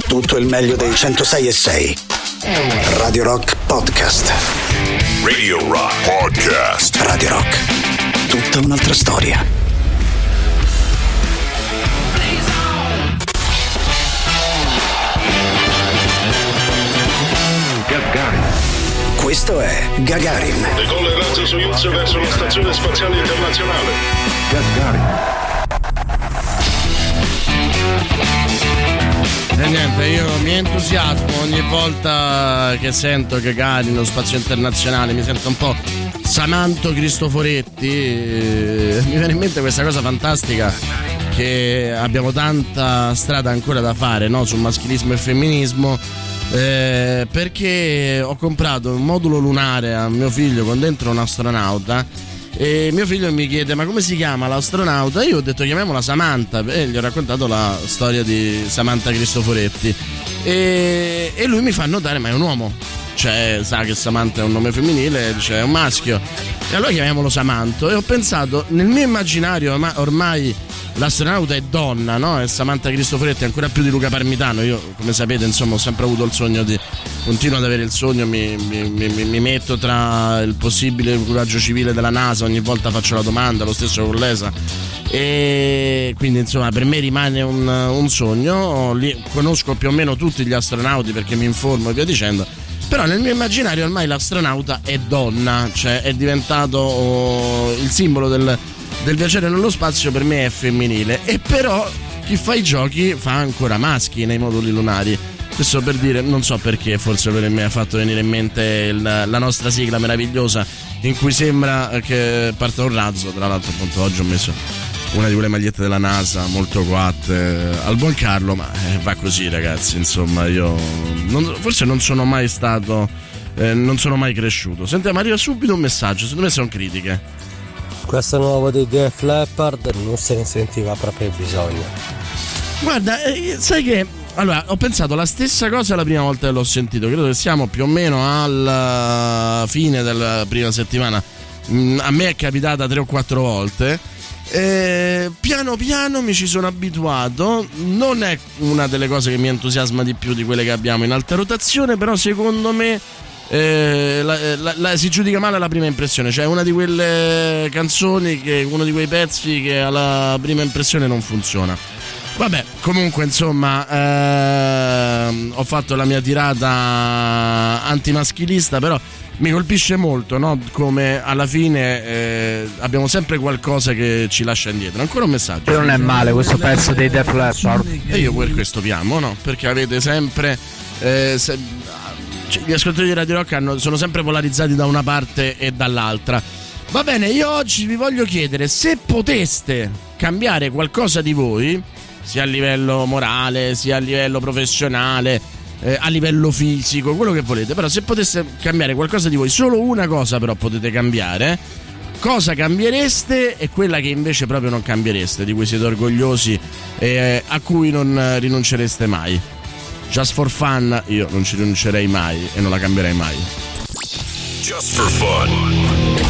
tutto il meglio dei 106.6. Radio Rock Podcast. Radio Rock Podcast. Radio Rock. Tutta un'altra storia. Gagarin. Questo è Gagarin. Decolla il razzo Soyuz verso la stazione spaziale internazionale. Gagarin. E niente, io mi entusiasmo ogni volta che sento Gagarin, lo spazio internazionale, mi sento un po' Samanto Cristoforetti. Mi viene in mente questa cosa fantastica, che abbiamo tanta strada ancora da fare, no? Sul maschilismo e femminismo, perché ho comprato un modulo lunare a mio figlio con dentro un astronauta. E mio figlio mi chiede: ma come si chiama l'astronauta? Io ho detto chiamiamola Samantha, e gli ho raccontato la storia di Samantha Cristoforetti, e lui mi fa notare: ma è un uomo, cioè sa che Samantha è un nome femminile, dice è un maschio, e allora chiamiamolo Samanto. E ho pensato, nel mio immaginario ormai l'astronauta è donna, no? E Samantha Cristoforetti ancora più di Luca Parmitano. Io, come sapete, insomma, ho sempre avuto il sogno continuo ad avere il sogno, mi metto tra il possibile equipaggio civile della NASA, ogni volta faccio la domanda, lo stesso con l'ESA, e quindi insomma per me rimane un sogno. Conosco più o meno tutti gli astronauti perché mi informo e via dicendo, però nel mio immaginario ormai l'astronauta è donna, cioè è diventato il simbolo del viaggiare nello spazio, per me è femminile. E però chi fa i giochi fa ancora maschi nei moduli lunari. Questo per dire, non so perché, forse per me ha fatto venire in mente la nostra sigla meravigliosa in cui sembra che parta un razzo. Tra l'altro appunto oggi ho messo una di quelle magliette della NASA molto coatte al buon Carlo, ma va così ragazzi, insomma io forse non sono mai stato, non sono mai cresciuto. Sentiamo, arriva subito un messaggio, secondo me sono critiche. Questo nuovo di Def Leppard non se ne sentiva proprio bisogno. Guarda, sai che allora ho pensato la stessa cosa la prima volta che l'ho sentito. Credo che siamo più o meno alla fine della prima settimana. A me è capitata 3 o 4 volte. Piano piano mi ci sono abituato. Non è una delle cose che mi entusiasma di più di quelle che abbiamo in alta rotazione, però secondo me si giudica male la prima impressione. Cioè una di quelle canzoni, uno di quei pezzi che alla prima impressione non funziona. Vabbè, comunque insomma ho fatto la mia tirata antimaschilista, però mi colpisce molto, no? Come alla fine abbiamo sempre qualcosa che ci lascia indietro. Ancora un messaggio. Non è male questo pezzo dei Def Leppard. E io per questo vi amo, no? Perché avete sempre gli ascoltatori di Radio Rock sono sempre polarizzati da una parte e dall'altra. Va bene, io oggi vi voglio chiedere se poteste cambiare qualcosa di voi, sia a livello morale, sia a livello professionale, a livello fisico, quello che volete, però se poteste cambiare qualcosa di voi, solo una cosa però potete cambiare, cosa cambiereste e quella che invece proprio non cambiereste, di cui siete orgogliosi e a cui non rinuncereste mai. Just for fun, io non ci rinuncerei mai e non la cambierei mai. Just for fun.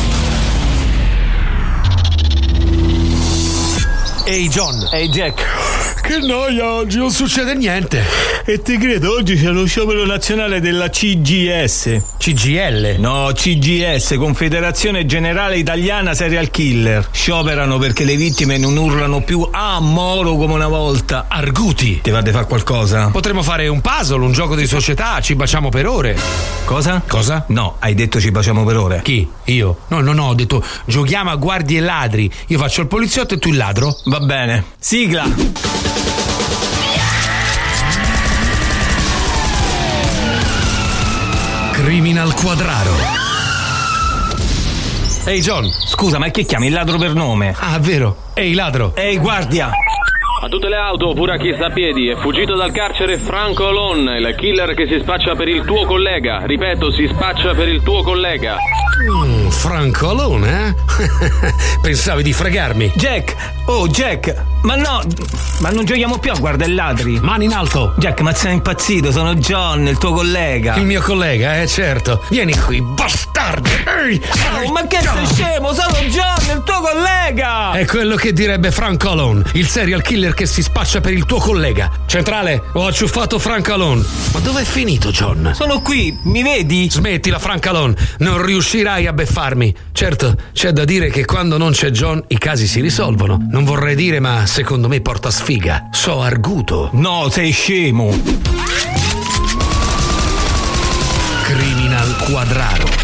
Ehi John. Ehi Jack. Che noia, oggi non succede niente. E ti credo, oggi c'è lo sciopero nazionale della CGS. CGL? No, CGS, Confederazione Generale Italiana Serial Killer. Scioperano perché le vittime non urlano più "ah, moro" come una volta. Arguti. Ti va di fare qualcosa? Potremmo fare un puzzle, un gioco di società, ci baciamo per ore. Cosa? Cosa? No, hai detto ci baciamo per ore. Chi? Io? No, ho detto giochiamo a guardie e ladri. Io faccio il poliziotto e tu il ladro. Va bene. Sigla. Criminal Quadraro. Ehi John. Scusa, ma che chiami il ladro per nome? Ah, vero. Ehi ladro. Ehi guardia. A tutte le auto, pure a chi sta a piedi, è fuggito dal carcere Franco Olon, il killer che si spaccia per il tuo collega. Ripeto, si spaccia per il tuo collega. Franco Alone, eh? Pensavi di fregarmi? Jack, ma no, ma non giochiamo più a guarda i ladri. Mani in alto. Jack, ma sei impazzito, sono John, il tuo collega. Il mio collega, certo. Vieni qui, bastardo. Ehi, ma che sei scemo, sono John, il tuo collega. È quello che direbbe Franco Alone, il serial killer che si spaccia per il tuo collega. Centrale, ho acciuffato Franco Alone. Ma dov'è finito John? Sono qui, mi vedi? Smettila Franco Alone, non riuscirai a beffarmi. Certo, c'è da dire che quando non c'è John i casi si risolvono. Non vorrei dire, ma secondo me porta sfiga. So arguto. No, sei scemo. Criminal Quadraro.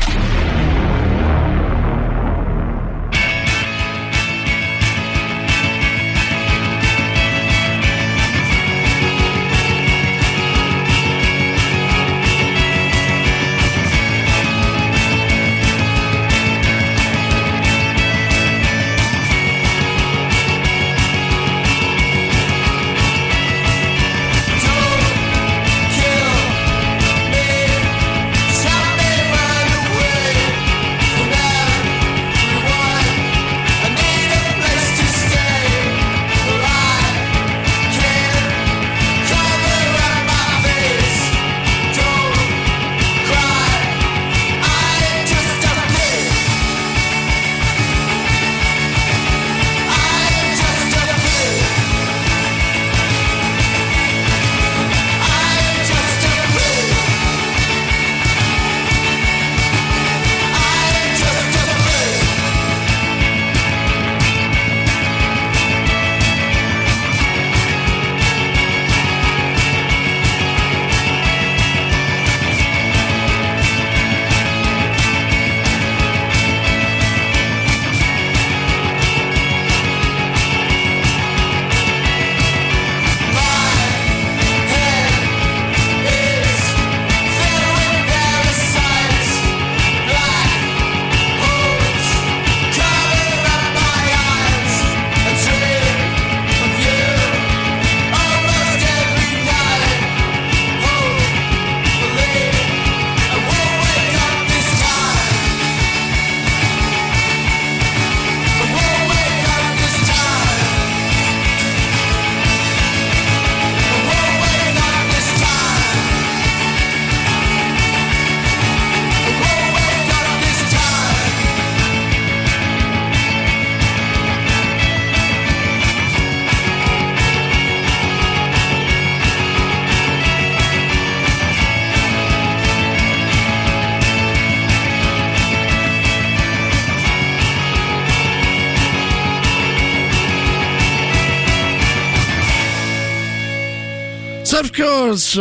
Of course,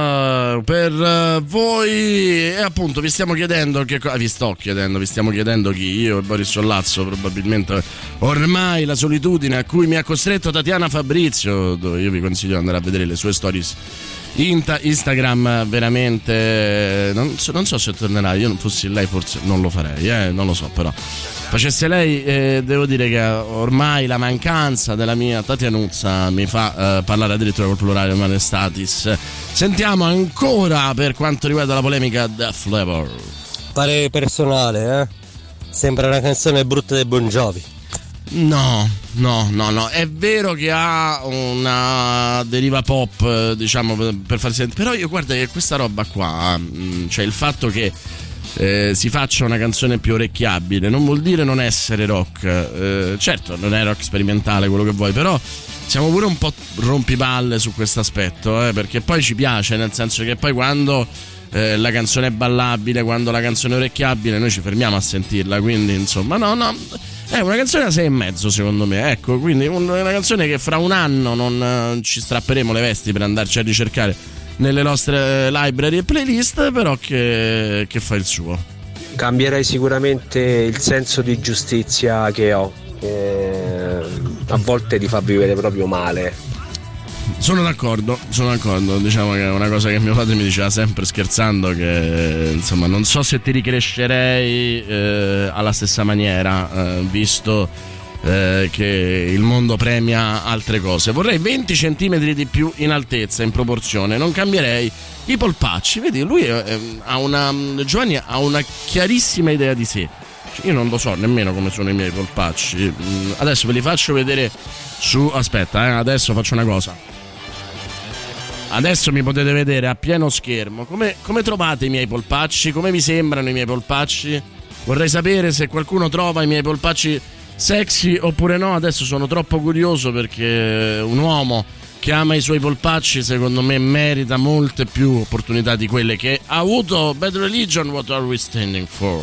per voi, e appunto vi stiamo chiedendo vi stiamo chiedendo chi, io e Boris Sollazzo, probabilmente ormai la solitudine a cui mi ha costretto Tatiana Fabrizio, dove io vi consiglio di andare a vedere le sue stories Instagram, veramente non so se tornerà. Io non fossi lei forse non lo farei, non lo so, però facesse lei, devo dire che ormai la mancanza della mia Tatianuzza mi fa parlare addirittura col plurale Manestatis. Sentiamo ancora per quanto riguarda la polemica Def Flavor. Parere personale, sembra una canzone brutta dei Bon Jovi. No, è vero che ha una deriva pop, diciamo, per far sentire, però io guarda che questa roba qua, cioè il fatto che si faccia una canzone più orecchiabile non vuol dire non essere rock, certo non è rock sperimentale quello che vuoi, però siamo pure un po' rompipalle su questo aspetto, perché poi ci piace, nel senso che poi quando la canzone è ballabile, quando la canzone è orecchiabile, noi ci fermiamo a sentirla, quindi insomma no, è una canzone da 6,5 secondo me, ecco, quindi una canzone che fra un anno non ci strapperemo le vesti per andarci a ricercare nelle nostre library e playlist, però che fa il suo. Cambierei sicuramente il senso di giustizia che ho, a volte ti fa vivere proprio male. Sono d'accordo, diciamo che è una cosa che mio padre mi diceva sempre scherzando, che insomma non so se ti ricrescerei alla stessa maniera, visto che il mondo premia altre cose. Vorrei 20 centimetri di più in altezza, in proporzione, non cambierei i polpacci. Vedi, lui Giovanni ha una chiarissima idea di sé, Io non lo so nemmeno come sono i miei polpacci. Adesso ve li faccio vedere su. Aspetta, adesso faccio una cosa. Adesso mi potete vedere a pieno schermo come trovate i miei polpacci, come vi sembrano i miei polpacci. Vorrei sapere se qualcuno trova i miei polpacci sexy oppure no. Adesso sono troppo curioso, perché un uomo che ama i suoi polpacci secondo me merita molte più opportunità di quelle che ha avuto Bad Religion. What are we standing for?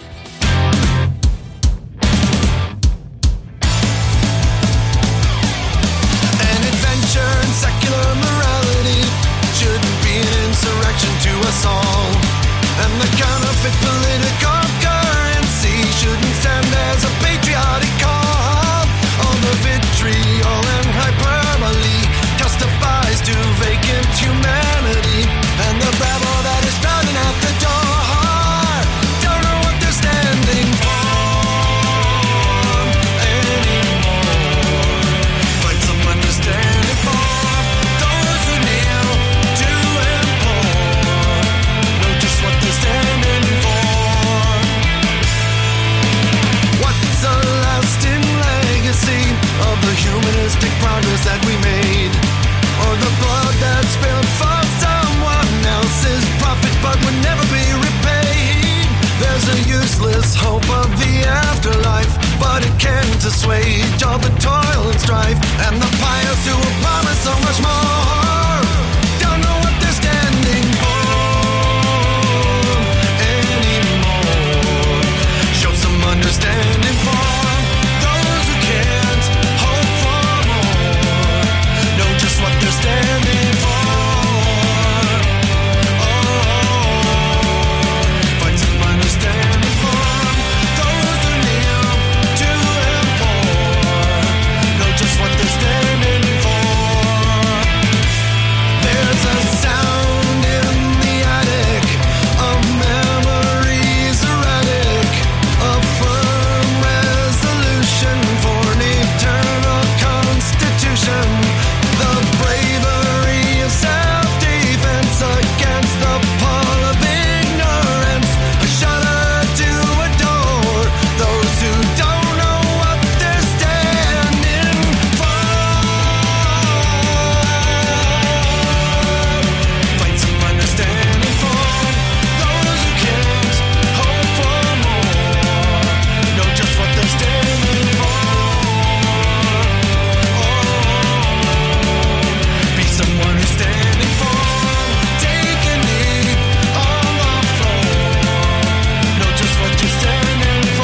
An adventure in secular morality shouldn't be an insurrection to us all, and the counterfeit political currency shouldn't stand as a patriotic call. All the vitriol and hyperbole testifies to vacant humanity, and the babble that is pounding at the door don't know what they're standing for anymore. Find some understanding for those who kneel to implore, know just what they're standing for. What's a lasting legacy of the humanistic progress that we made, or the blood that's spilled for someone else's profit but would never be repaid? There's a useless hope of the afterlife, but it can't assuage all the toil and strife, and the pious who will promise so much more don't know what they're standing for anymore. Show some understanding for those who can't hope for more, know just what they're standing for. Find some understanding for those who kneel to implore, know just what they're standing for. There's a sound in the attic of memories erratic, a firm resolution for an eternal constitution, the bravery of self-defense against the pall of ignorance, a shudder to adore those who don't know what they're standing for. Find some understanding for those who can't hope for more, know just what they're standing for. Be someone who's standing for, take a knee on the floor, know just what you're standing for.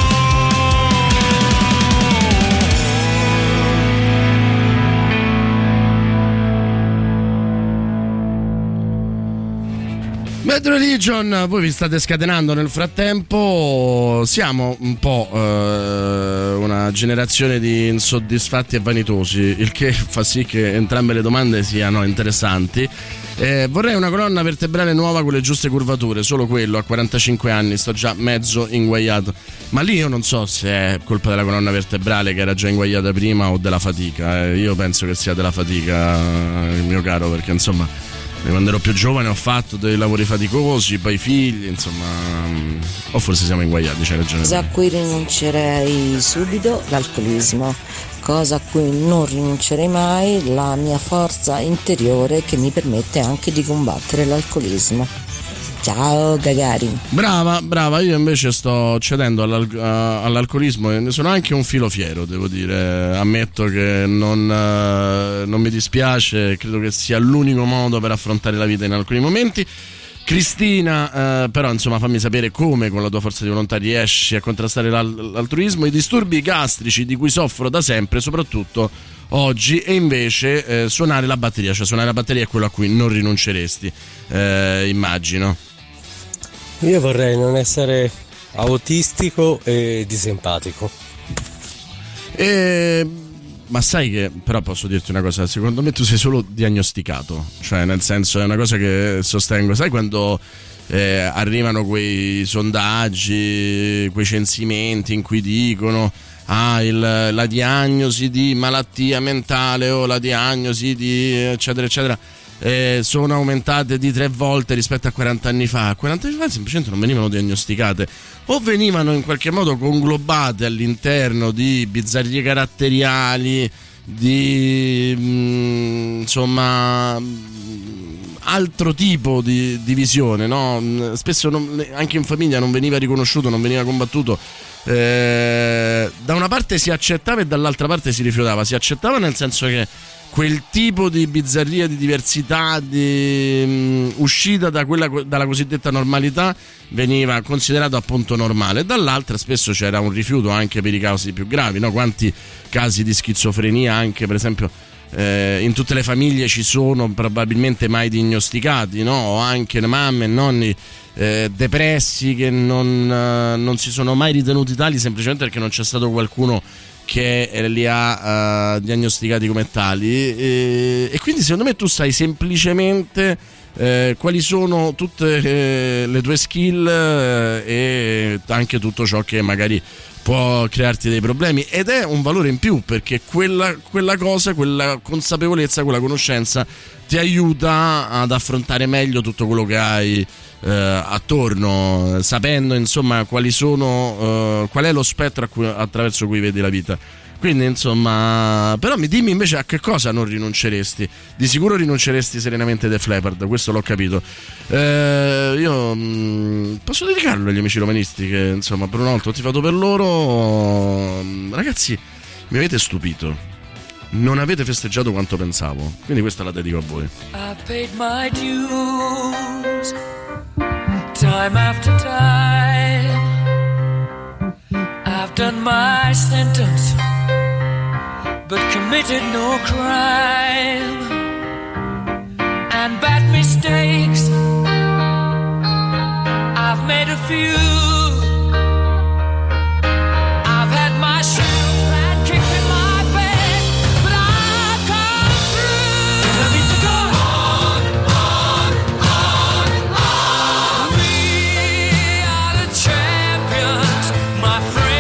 Bad Religion, voi vi state scatenando nel frattempo. Siamo un po' una generazione di insoddisfatti e vanitosi, il che fa sì che entrambe le domande siano interessanti. Vorrei una colonna vertebrale nuova con le giuste curvature, solo quello, a 45 anni sto già mezzo inguaiato. Ma lì io non so se è colpa della colonna vertebrale che era già inguaiata prima o della fatica. Io penso che sia della fatica, mio caro, perché insomma quando ero più giovane ho fatto dei lavori faticosi, poi figli, insomma, o forse siamo inguaiati, c'hai ragione. Cosa a cui rinuncerei subito? L'alcolismo. Cosa a cui non rinuncerei mai? La mia forza interiore che mi permette anche di combattere l'alcolismo. Ciao Gagarin. Brava, io invece sto cedendo all'alcolismo e ne sono anche un filo fiero, devo dire. Ammetto che non mi dispiace, credo che sia l'unico modo per affrontare la vita in alcuni momenti. Cristina, però insomma fammi sapere come con la tua forza di volontà riesci a contrastare l'altruismo, i disturbi gastrici di cui soffro da sempre, soprattutto oggi, e invece suonare la batteria, cioè suonare la batteria è quello a cui non rinunceresti, immagino. Io vorrei non essere autistico e disempatico. Ma sai che, però posso dirti una cosa, secondo me tu sei solo diagnosticato, cioè nel senso è una cosa che sostengo, sai quando arrivano quei sondaggi, quei censimenti in cui dicono la diagnosi di malattia mentale o la diagnosi di eccetera eccetera, sono aumentate di 3 volte rispetto a 40 anni fa. 40 anni fa semplicemente non venivano diagnosticate o venivano in qualche modo conglobate all'interno di bizzarrie caratteriali, di insomma altro tipo di visione, no? Spesso anche in famiglia non veniva riconosciuto, non veniva combattuto. Da una parte si accettava e dall'altra parte si rifiutava. Si accettava nel senso che quel tipo di bizzarria, di diversità, di uscita dalla cosiddetta normalità veniva considerato appunto normale. Dall'altra spesso c'era un rifiuto anche per i casi più gravi, no? Quanti casi di schizofrenia anche, per esempio, in tutte le famiglie ci sono probabilmente mai diagnosticati, no? O anche mamme e nonni depressi che non si sono mai ritenuti tali semplicemente perché non c'è stato qualcuno che li ha diagnosticati come tali, e quindi secondo me tu sai semplicemente quali sono tutte le tue skill e anche tutto ciò che magari può crearti dei problemi, ed è un valore in più perché quella cosa, quella consapevolezza, quella conoscenza ti aiuta ad affrontare meglio tutto quello che hai attorno, sapendo insomma quali sono qual è lo spettro attraverso cui vedi la vita. Quindi insomma, però dimmi invece a che cosa non rinunceresti. Di sicuro rinunceresti serenamente ai Def Leppard, questo l'ho capito. Io posso dedicarlo agli amici romanisti che insomma per una volta ho tifato per loro. Ragazzi, mi avete stupito, non avete festeggiato quanto pensavo, quindi questa la dedico a voi. I paid my dues time after time. I've done my sentence but committed no crime, and bad mistakes I've made a few. I've had my share of bad kicks in my face, but I've come through. I need to go on. We are the champions, my friends.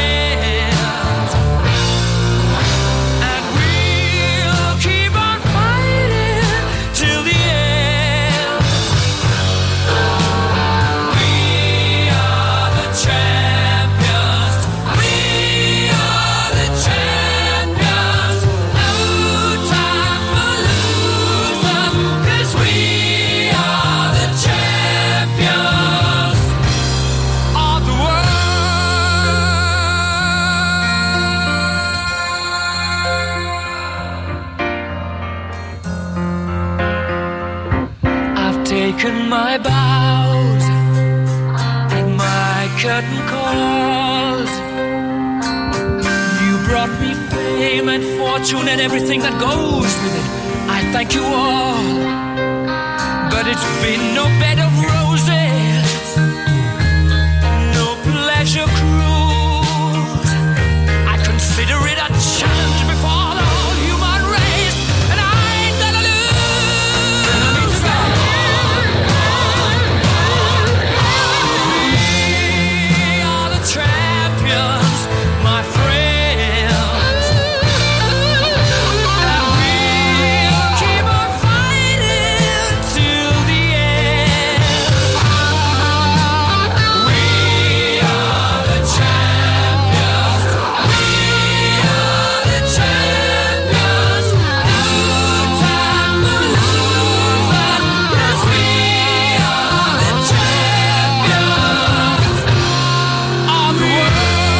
Taken my bows and my curtain calls. You brought me fame and fortune and everything that goes with it. I thank you all, but it's been no bed of roses, no pleasure cruise. I consider it a challenge before the whole human race, and I ain't gonna lose. Champions, my friends, and we'll keep on fighting till the end. We are the champions, we are the champions. No time for losers, 'cause we are the champions of the world.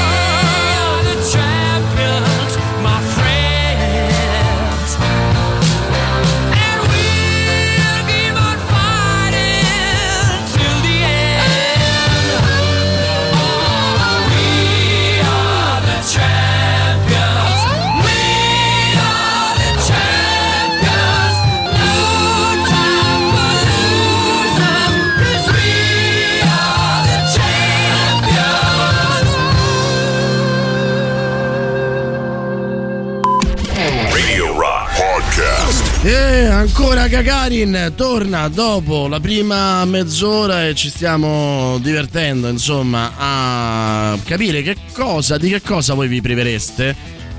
E ancora Gagarin torna dopo la prima mezz'ora e ci stiamo divertendo insomma a capire di che cosa voi vi privereste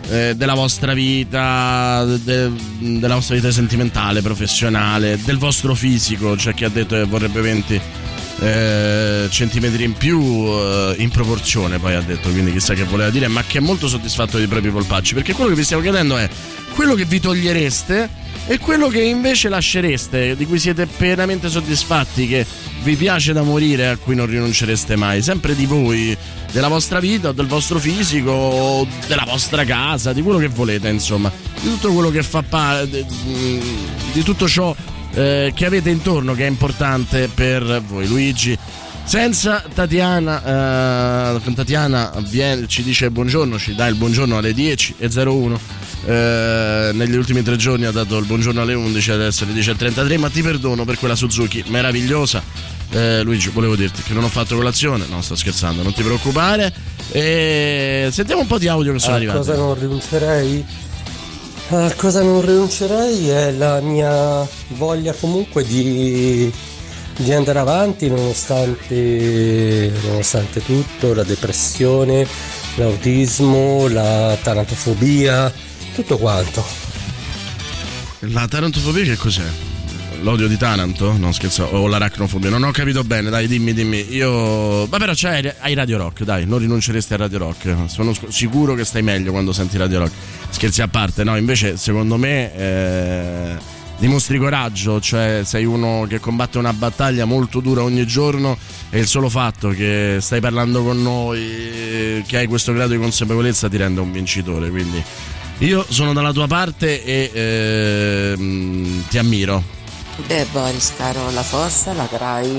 della vostra vita, della vostra vita sentimentale, professionale, del vostro fisico. C'è chi ha detto che vorrebbe 20 centimetri in più, in proporzione poi ha detto, quindi chissà che voleva dire, ma che è molto soddisfatto dei propri polpacci, perché quello che vi stiamo chiedendo è quello che vi togliereste e quello che invece lascereste, di cui siete pienamente soddisfatti, che vi piace da morire, a cui non rinuncereste mai, sempre di voi, della vostra vita, del vostro fisico, della vostra casa, di quello che volete, insomma, di tutto quello che fa parte, di tutto ciò che avete intorno, che è importante per voi. Luigi, senza Tatiana, con Tatiana ci dice buongiorno, ci dà il buongiorno alle 10:01, negli ultimi 3 giorni ha dato il buongiorno alle 11, adesso alle 10:33, ma ti perdono per quella Suzuki meravigliosa. Luigi, volevo dirti che non ho fatto colazione, no, sto scherzando, non ti preoccupare. Sentiamo un po' di audio che sono arrivati. Cosa non rinuncerei? A cosa non rinuncerei è la mia voglia comunque di andare avanti nonostante tutto, la depressione, l'autismo, la taranofobia, tutto quanto. La taranofobia che cos'è? L'odio di Taranto? No, scherzo, o l'aracnofobia, non ho capito bene, dai, dimmi. Io. Ma però c'è ai Radio Rock, dai, non rinunceresti a Radio Rock. Sono sicuro che stai meglio quando senti Radio Rock. Scherzi a parte, no, invece secondo me dimostri coraggio, cioè sei uno che combatte una battaglia molto dura ogni giorno, e il solo fatto che stai parlando con noi, che hai questo grado di consapevolezza, ti rende un vincitore, quindi io sono dalla tua parte e ti ammiro. Beh, Boris, caro, la forza la trai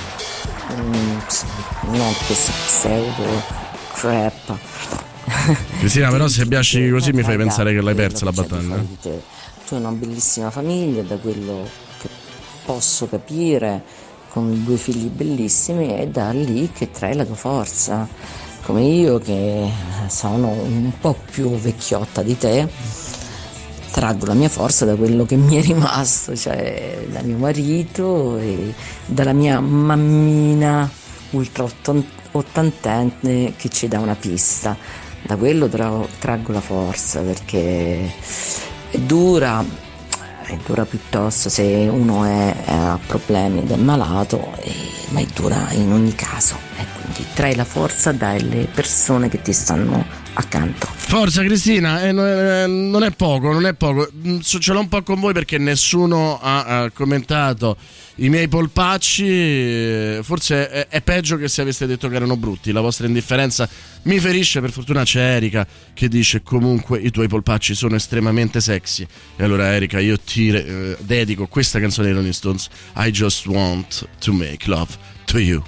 non questa pseudo crap. Cristina, però se biasci così mi fai pensare che l'hai persa la battaglia. Tu hai una bellissima famiglia, da quello che posso capire, con 2 figli bellissimi, e da lì che trai la tua forza. Come io, che sono un po' più vecchiotta di te, traggo la mia forza da quello che mi è rimasto, cioè da mio marito e dalla mia mammina ultra ottantenne che ci dà una pista. Da quello traggo la forza, perché è dura piuttosto se uno ha problemi ed è malato, ma è dura in ogni caso, e quindi trai la forza dalle persone che ti stanno accanto. Forza Cristina, non è poco, ce l'ho un po' con voi perché nessuno ha commentato i miei polpacci. Forse è peggio che se aveste detto che erano brutti. La vostra indifferenza mi ferisce. Per fortuna c'è Erika che dice comunque i tuoi polpacci sono estremamente sexy. E allora Erika, io ti dedico questa canzone dei Rolling Stones, I Just Want to Make Love to You.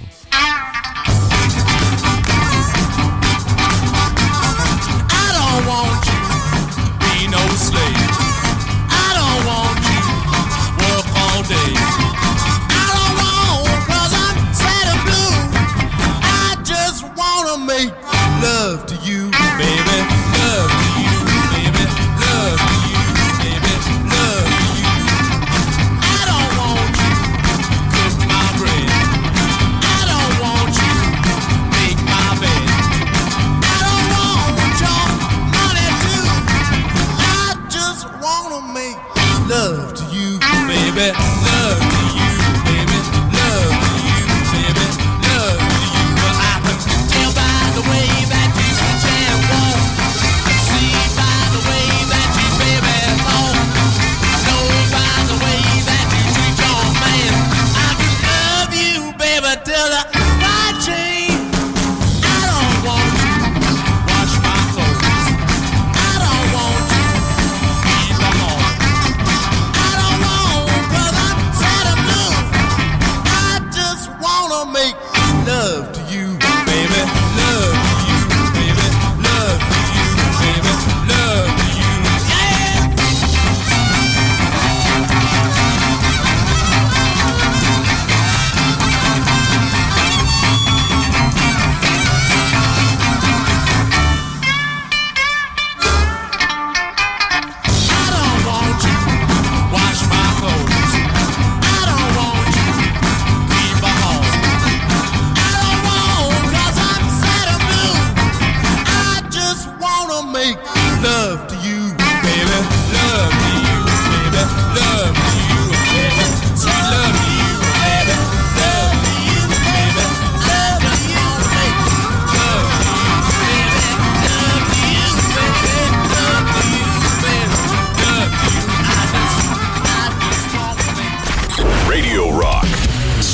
I don't want you to be no slave. I don't want you to work all day. I don't want, 'cause I'm sad and blue. I just wanna make love to you, baby. Love to you, baby. Love to you, baby. Love to you. I don't want you to cook my bread. I don't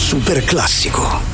super classico.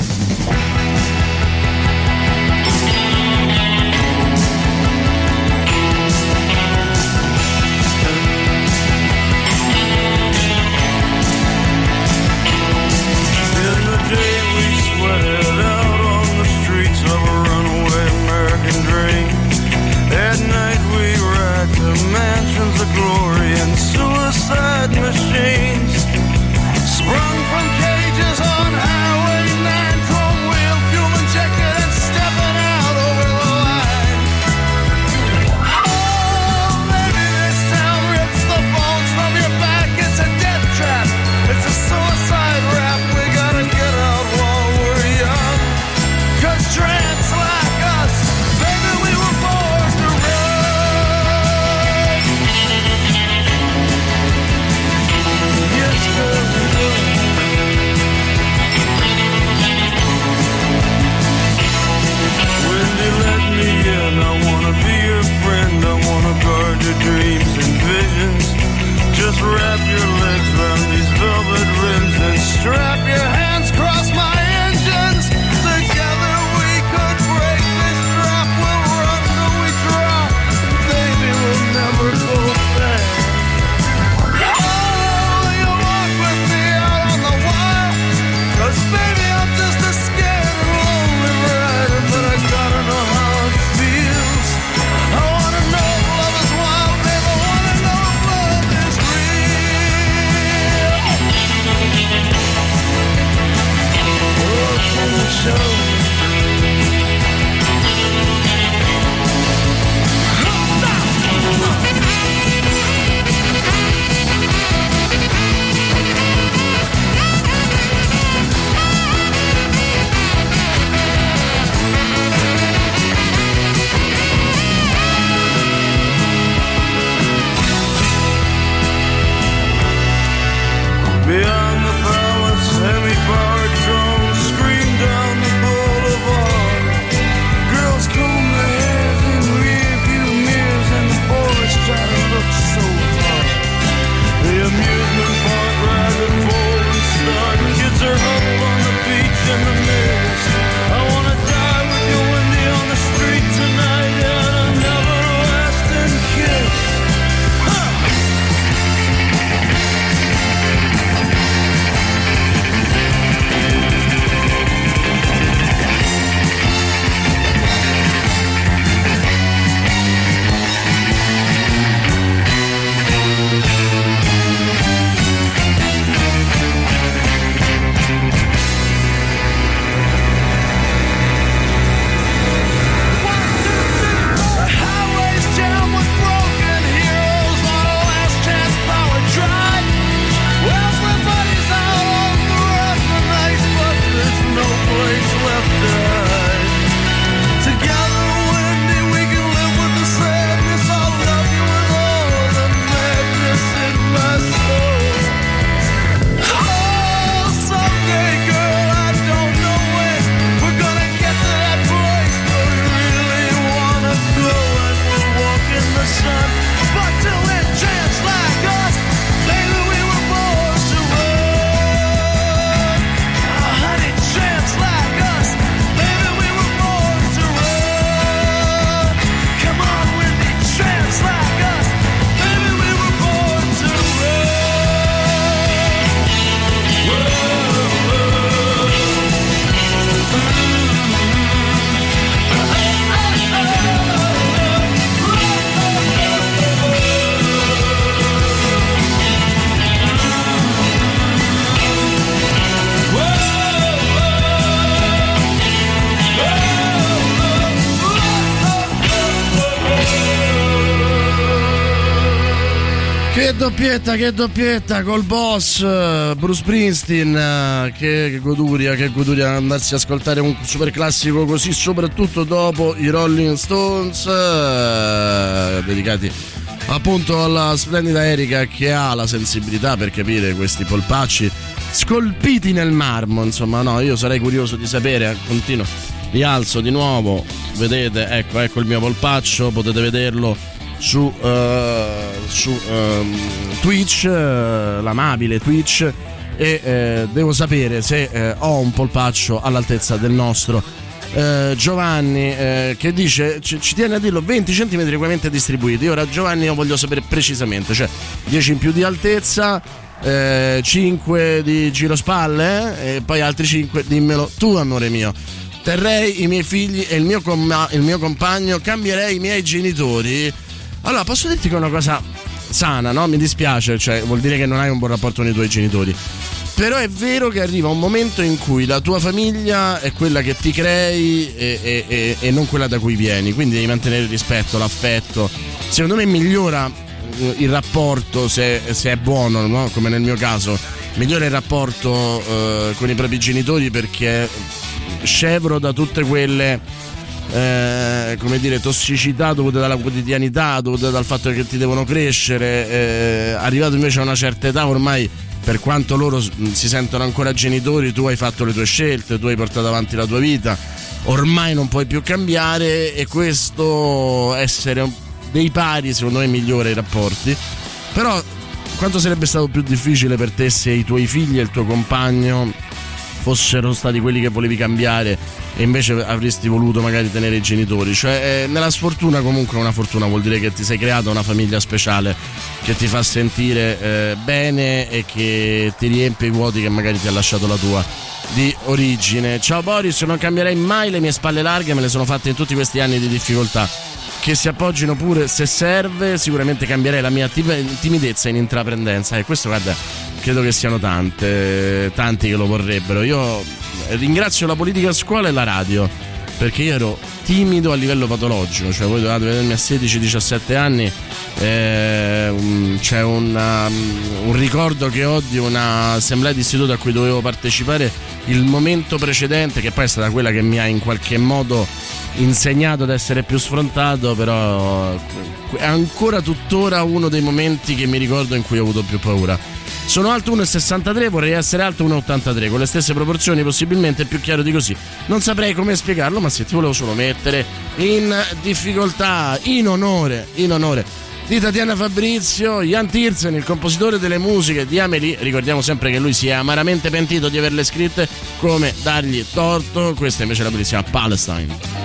Machines sprung from cages on Highway 9, chrome wheel, fuel injected and stepping out over the line. Oh, maybe this town rips the bones from your back. It's a death trap, it's a suicide rap. We gotta get out while we're young, 'cause tramps like us, baby, we were born to run. Wendy, let me in. I wanna be your friend. I wanna guard your dreams and visions. Just wrap your legs around these velvet rims and strap your hands across my engines. Together we could break this trap. We'll run till we drop. Baby, we'll never go back. Baby, I'm just a scared and lonely rider, but I gotta know how it feels. I wanna know if love is wild, baby, I wanna know if love is real. Oh, can you show me? Beyond the palace, semi-powered drones scream down the boulevard. Girls comb their hair in rearview mirrors, and the boys try to look so hard. The amusement park rising bold and start. Kids are huddled on the beach in the mirrors. I wanna die with you, Wendy, on the street tonight, and an everlasting kiss. Che doppietta col boss Bruce Springsteen, che goduria andarsi a ascoltare un super classico così, soprattutto dopo i Rolling Stones, dedicati appunto alla splendida Erika, che ha la sensibilità per capire questi polpacci scolpiti nel marmo. Insomma, no, io sarei curioso di sapere, continuo, li alzo di nuovo, vedete, ecco il mio polpaccio, potete vederlo su Twitch, l'amabile Twitch, e devo sapere se ho un polpaccio all'altezza del nostro. Giovanni che dice ci tiene a dirlo 20 cm equamente distribuiti. Ora Giovanni io voglio sapere precisamente, cioè 10 in più di altezza, 5 di girospalle e poi altri 5 dimmelo tu, amore mio. Terrei i miei figli e il mio compagno, cambierei i miei genitori. Allora posso dirti che è una cosa sana, no? Mi dispiace, cioè vuol dire che non hai un buon rapporto con i tuoi genitori. Però è vero che arriva un momento in cui la tua famiglia è quella che ti crei e non quella da cui vieni, quindi devi mantenere il rispetto, l'affetto. Secondo me migliora il rapporto se è buono, no? Come nel mio caso, migliora il rapporto con i propri genitori perché è scevro da tutte quelle come dire tossicità dovute dalla quotidianità, dovute dal fatto che ti devono crescere. Arrivato invece a una certa età ormai, per quanto loro si sentono ancora genitori, tu hai fatto le tue scelte, tu hai portato avanti la tua vita, ormai non puoi più cambiare, e questo essere dei pari secondo me migliora i rapporti. Però quanto sarebbe stato più difficile per te se i tuoi figli e il tuo compagno fossero stati quelli che volevi cambiare e invece avresti voluto magari tenere i genitori. Cioè nella sfortuna comunque una fortuna, vuol dire che ti sei creata una famiglia speciale che ti fa sentire bene e che ti riempie i vuoti che magari ti ha lasciato la tua di origine. Ciao Boris, non cambierei mai le mie spalle larghe, me le sono fatte in tutti questi anni di difficoltà, che si appoggino pure se serve. Sicuramente cambierei la mia timidezza in intraprendenza, e questo guarda credo che siano tanti che lo vorrebbero. Io ringrazio la politica a scuola e la radio, perché io ero timido a livello patologico, cioè voi dovete vedermi a 16-17 anni. C'è un ricordo che ho di un'assemblea di istituto a cui dovevo partecipare il momento precedente, che poi è stata quella che mi ha in qualche modo insegnato ad essere più sfrontato, però è ancora tuttora uno dei momenti che mi ricordo in cui ho avuto più paura. Sono alto 1,63, vorrei essere alto 1,83 con le stesse proporzioni, possibilmente più chiaro di così non saprei come spiegarlo, ma se ti volevo solo mettere in difficoltà, in onore di Tatiana Fabrizio. Jan Tiersen, il compositore delle musiche di Amélie, ricordiamo sempre che lui si è amaramente pentito di averle scritte, come dargli torto. Questa invece è la bellissima Palestine.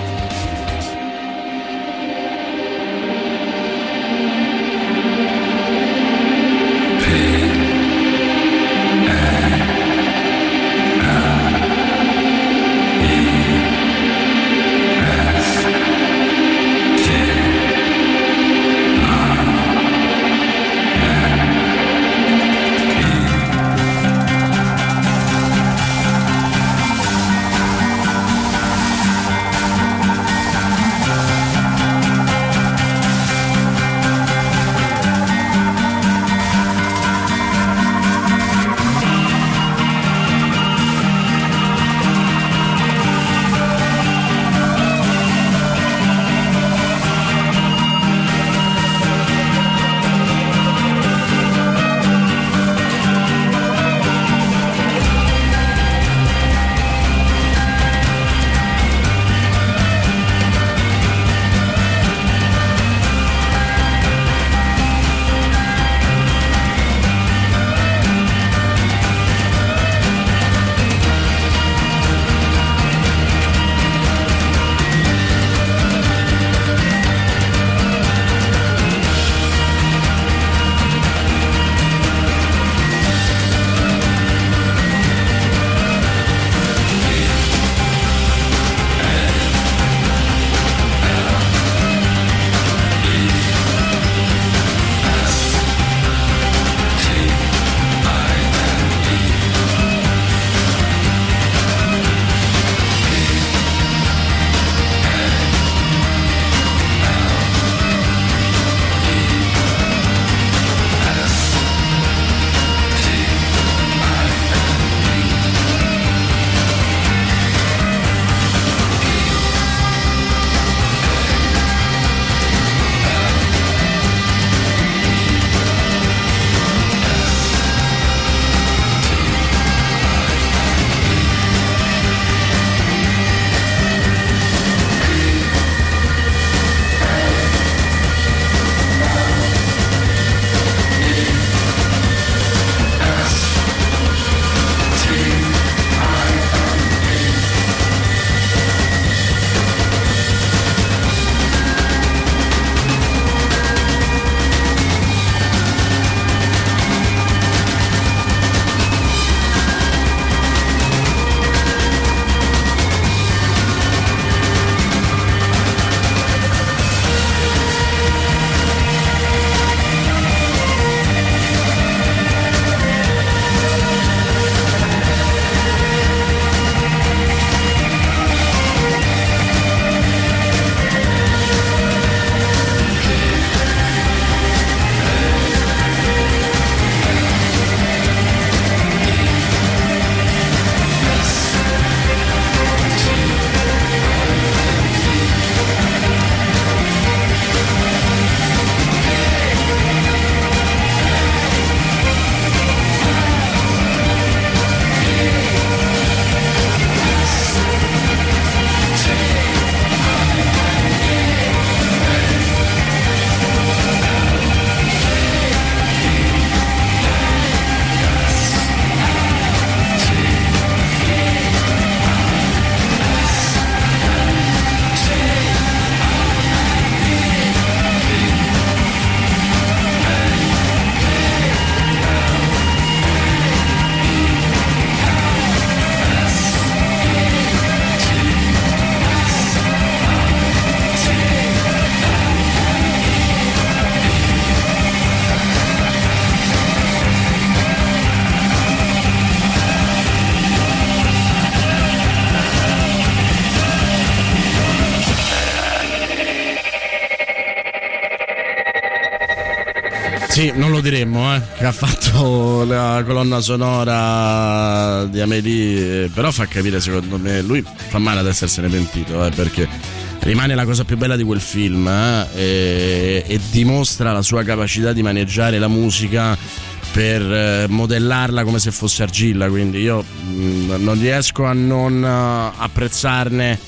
Sì, non lo diremmo, che ha fatto la colonna sonora di Amélie, però fa capire, secondo me, lui fa male ad essersene pentito, perché rimane la cosa più bella di quel film, e dimostra la sua capacità di maneggiare la musica per modellarla come se fosse argilla, quindi io non riesco a non apprezzarne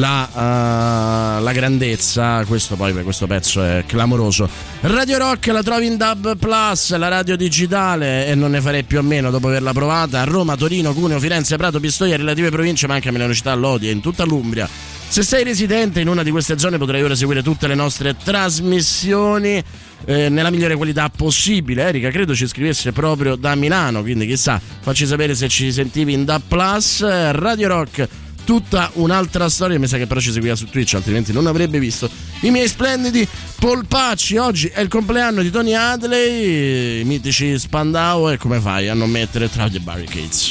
la grandezza. Questo pezzo è clamoroso. Radio Rock la trovi in DAB Plus, la radio digitale, e non ne farei più a meno dopo averla provata a Roma, Torino, Cuneo, Firenze, Prato, Pistoia, relative province, ma anche a Milano Città, Lodi e in tutta l'Umbria. Se sei residente in una di queste zone potrai ora seguire tutte le nostre trasmissioni nella migliore qualità possibile. Erika credo ci scrivesse proprio da Milano, quindi chissà, facci sapere se ci sentivi in DAB Plus. Radio Rock, tutta un'altra storia. Mi sa che però ci seguiva su Twitch, altrimenti non avrebbe visto i miei splendidi polpacci. Oggi è il compleanno di Tony Hadley, i mitici Spandau, e come fai a non mettere Tra the Barricades?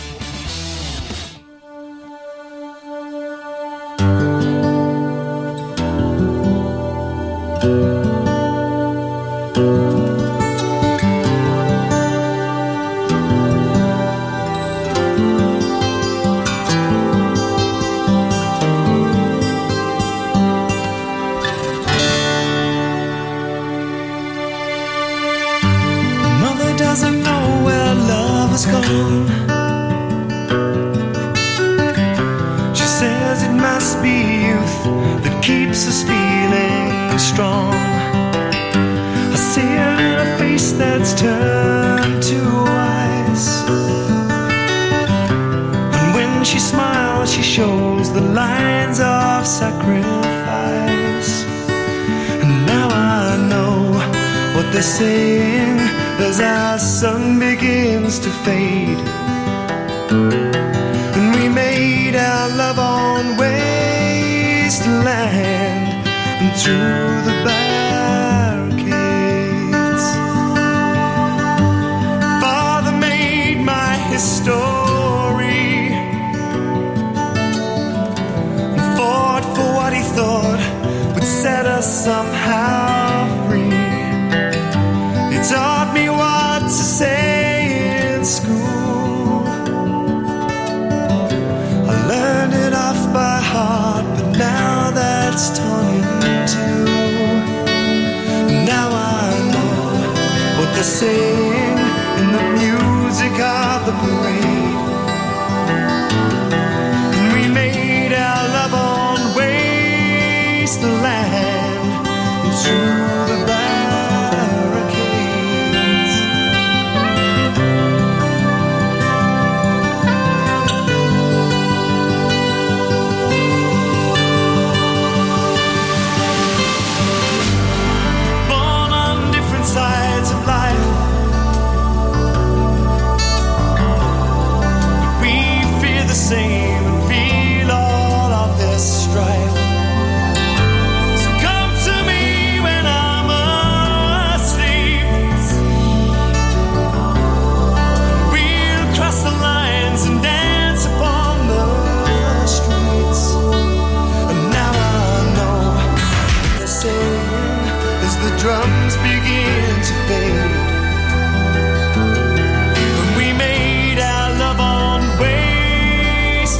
They're saying as our sun begins to fade, and we made our love on wasteland and through the barricades. Father made my history and fought for what he thought would set us somehow free. Taught me what to say in school. I learned it off by heart, but now that's torn in two. Now I know what they're saying in the music of the parade. And we made our love on wasteland and through the barricades. Sides of life, we fear the same and feel all of this strife. So come to me when I'm asleep. We'll cross the lines and dance upon the streets. And now I know what they're saying as the drums begin to fade. When we made our love on wasteland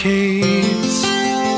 decades.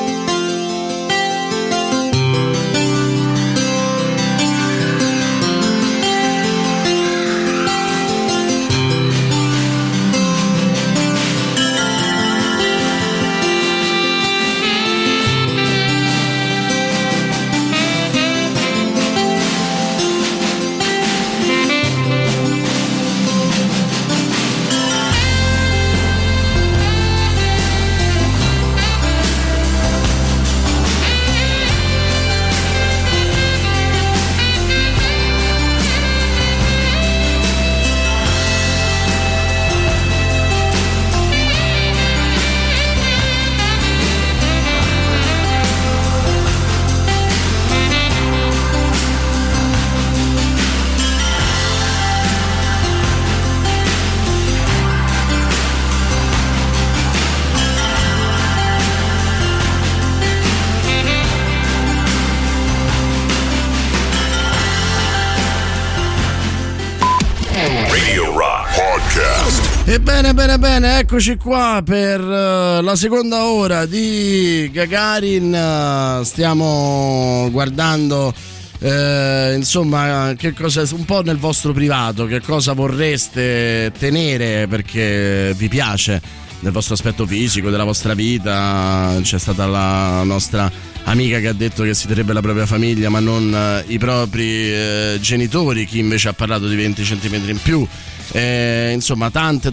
Bene, eccoci qua per la seconda ora di Gagarin. Stiamo guardando insomma che cosa, un po' nel vostro privato, che cosa vorreste tenere perché vi piace nel vostro aspetto fisico, della vostra vita. C'è stata la nostra amica che ha detto che si terrebbe la propria famiglia ma non i propri genitori, chi invece ha parlato di 20 centimetri in più. Insomma tante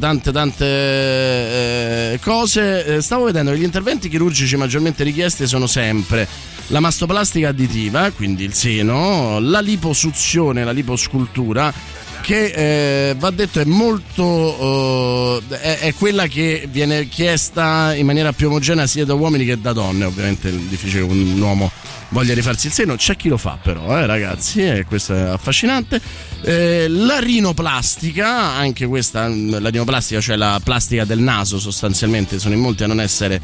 cose. Stavo vedendo che gli interventi chirurgici maggiormente richiesti sono sempre la mastoplastica additiva, quindi il seno, la liposuzione, la liposcultura, che va detto è molto è quella che viene chiesta in maniera più omogenea sia da uomini che da donne. Ovviamente è difficile che un uomo voglia rifarsi il seno, c'è chi lo fa però, ragazzi, e questo è affascinante. La rinoplastica, anche questa, la rinoplastica, cioè la plastica del naso, sostanzialmente sono in molti a non essere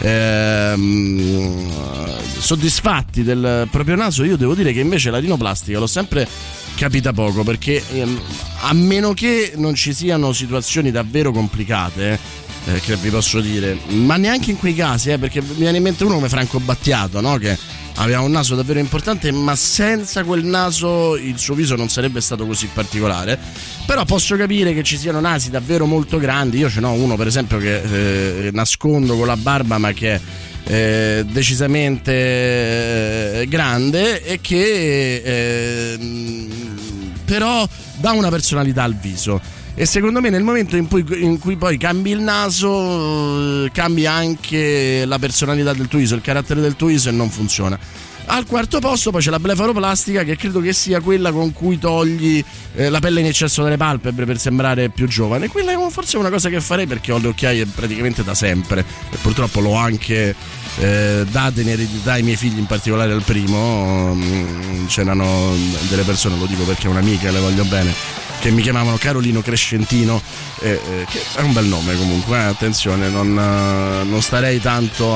soddisfatti del proprio naso. Io devo dire che invece la rinoplastica l'ho sempre capita poco, perché a meno che non ci siano situazioni davvero complicate, che vi posso dire, ma neanche in quei casi, perché mi viene in mente uno come Franco Battiato, no? Che aveva un naso davvero importante, ma senza quel naso il suo viso non sarebbe stato così particolare. Però posso capire che ci siano nasi davvero molto grandi. Io ce n'ho uno per esempio che nascondo con la barba, ma che è decisamente grande e che però dà una personalità al viso. E secondo me nel momento in cui poi cambi il naso, cambi anche la personalità del tuo viso, il carattere del tuo viso, e non funziona. Al quarto posto poi c'è la blefaroplastica, che credo che sia quella con cui togli la pelle in eccesso dalle palpebre per sembrare più giovane. Quella è forse una cosa che farei, perché ho le occhiaie praticamente da sempre e purtroppo l'ho anche date in eredità ai miei figli, in particolare al primo. C'erano delle persone, lo dico perché è un'amica, le voglio bene, che mi chiamavano Carolino Crescentino, che è un bel nome comunque, attenzione, non starei tanto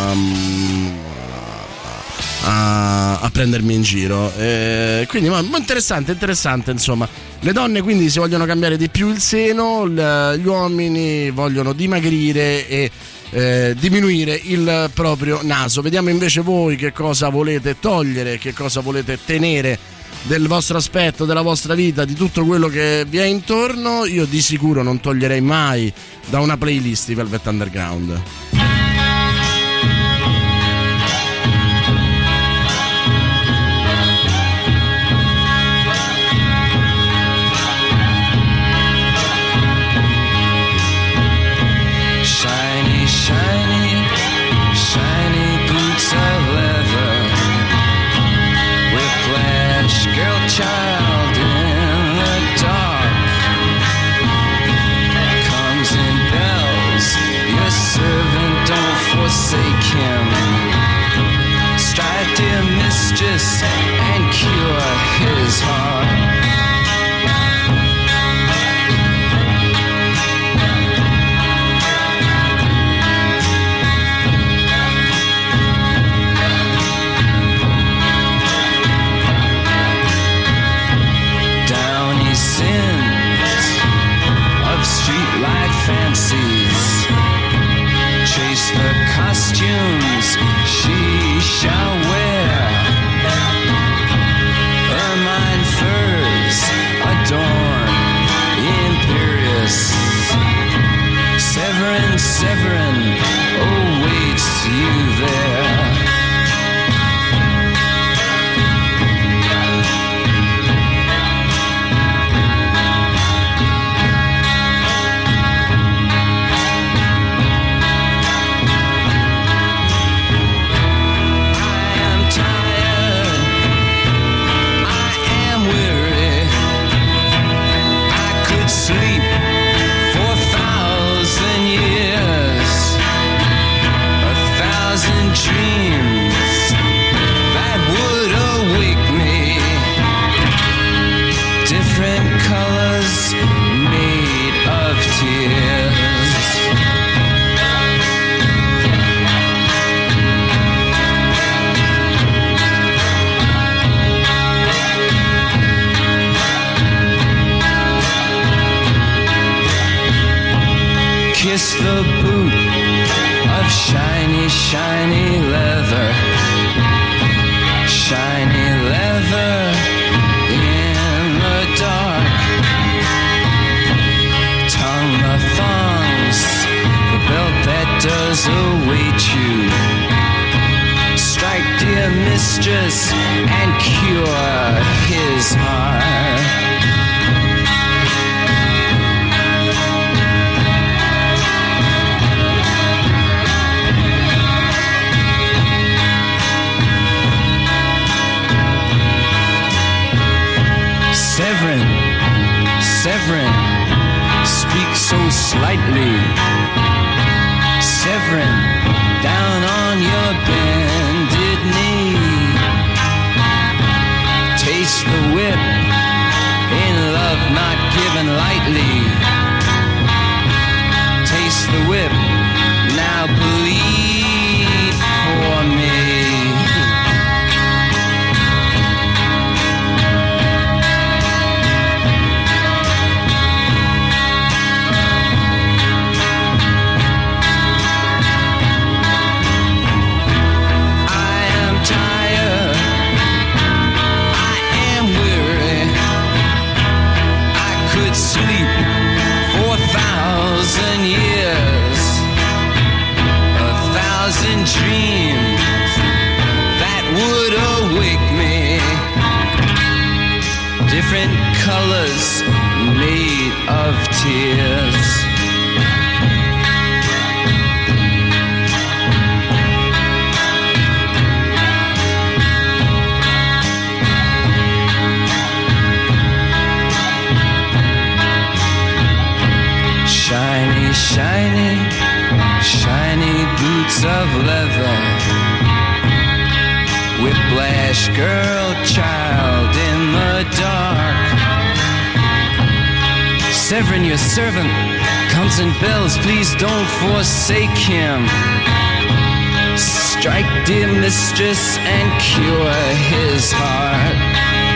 a prendermi in giro, quindi ma interessante insomma. Le donne quindi si vogliono cambiare di più il seno, gli uomini vogliono dimagrire e diminuire il proprio naso. Vediamo invece voi che cosa volete togliere, che cosa volete tenere del vostro aspetto, della vostra vita, di tutto quello che vi è intorno. Io di sicuro non toglierei mai da una playlist i Velvet Underground. Child in the dark comes in bells. Your servant, don't forsake him. Strike, dear mistress, and cure his heart. Fancies chase the kiss the boot of shiny, shiny leather. Shiny leather in the dark. Tongue the thongs, the belt that does await you. Strike, dear mistress, and cure his heart. Severin, speak so slightly. Severin, down on your bended knee. Taste the whip, in love not given lightly. Taste the whip, now bleed for me. Sleep for 1,000 years, 1,000 dreams that would awake me. Different colors made of tears. Shiny, shiny, shiny boots of leather. Whiplash girl, child in the dark. Severin, your servant, comes and bells. Please don't forsake him. Strike, dear mistress, and cure his heart.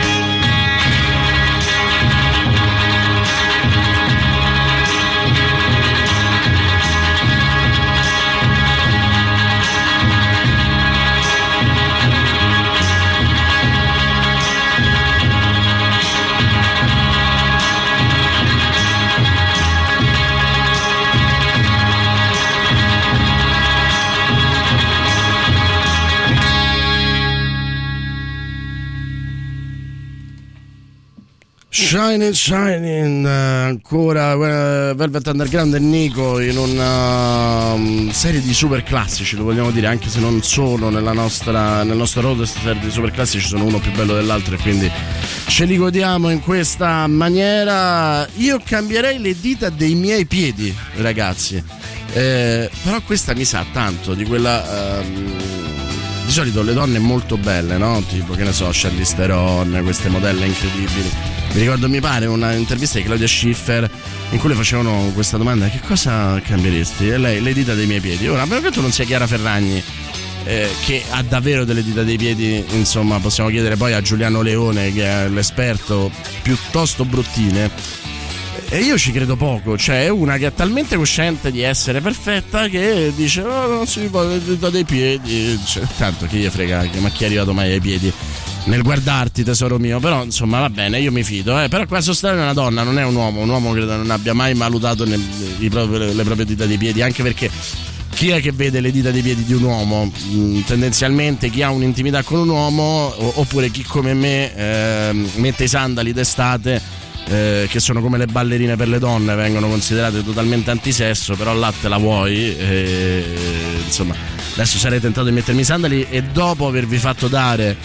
Shining, ancora Velvet Underground e Nico in una serie di super classici, lo vogliamo dire, anche se non sono nel nostro roster di super classici, sono uno più bello dell'altro e quindi ce li godiamo in questa maniera. Io cambierei le dita dei miei piedi, ragazzi, però questa mi sa tanto di quella di solito le donne molto belle, no? Tipo, che ne so, Charlize Theron, queste modelle incredibili. Mi ricordo, mi pare, una intervista di Claudia Schiffer in cui le facevano questa domanda: che cosa cambieresti? E lei: le dita dei miei piedi. Ora, a meno che tu non sia Chiara Ferragni, che ha davvero delle dita dei piedi, insomma, possiamo chiedere poi a Giuliano Leone, che è l'esperto, piuttosto bruttine. E io ci credo poco, cioè è una che è talmente cosciente di essere perfetta che dice: oh, non si può, le dita dei piedi, cioè, tanto chi gli frega, ma chi è arrivato mai ai piedi nel guardarti, tesoro mio. Però insomma va bene, io mi fido, però qua sostenere una donna, non è un uomo credo non abbia mai valutato le proprie dita dei piedi, anche perché chi è che vede le dita dei piedi di un uomo? Tendenzialmente chi ha un'intimità con un uomo, oppure chi come me mette i sandali d'estate, che sono come le ballerine per le donne, vengono considerate totalmente antisesso, però là te la vuoi, insomma. Adesso sarei tentato di mettermi i sandali e dopo avervi fatto dare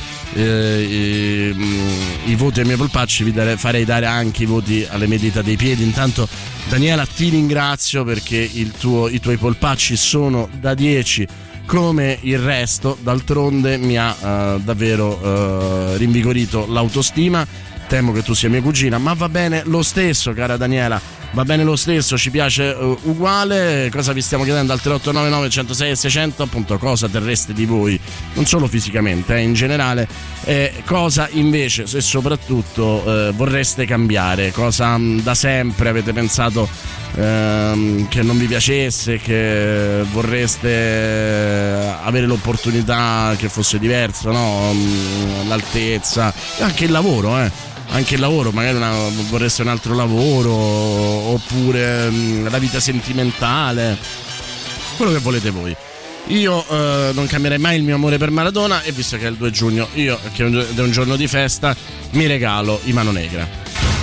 i voti ai miei polpacci farei dare anche i voti alle mie dita dei piedi. Intanto, Daniela, ti ringrazio perché i tuoi polpacci sono da 10 come il resto. D'altronde mi ha davvero rinvigorito l'autostima. Temo che tu sia mia cugina, ma va bene lo stesso, cara Daniela. va bene lo stesso, ci piace uguale. Cosa vi stiamo chiedendo al 3899 106 e 600? Appunto, cosa terreste di voi, non solo fisicamente, in generale, cosa invece e soprattutto vorreste cambiare, cosa da sempre avete pensato che non vi piacesse, che vorreste avere l'opportunità che fosse diverso, no? L'altezza, anche il lavoro, anche il lavoro, magari vorreste un altro lavoro, oppure la vita sentimentale, quello che volete voi. Io non cambierei mai il mio amore per Maradona, e visto che è il 2 giugno, io, che è un giorno di festa, mi regalo i Mano Negra.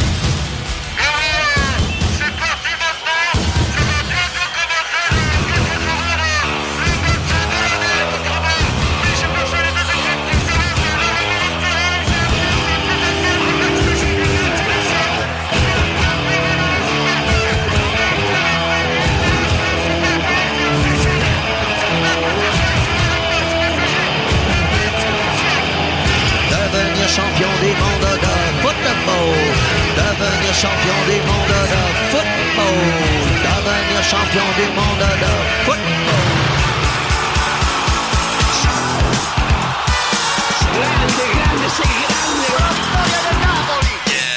Champion du monde de football, devenir champion du monde de football, devenir champion du monde de football. Grande, grande, sei grande, la storia del Napoli.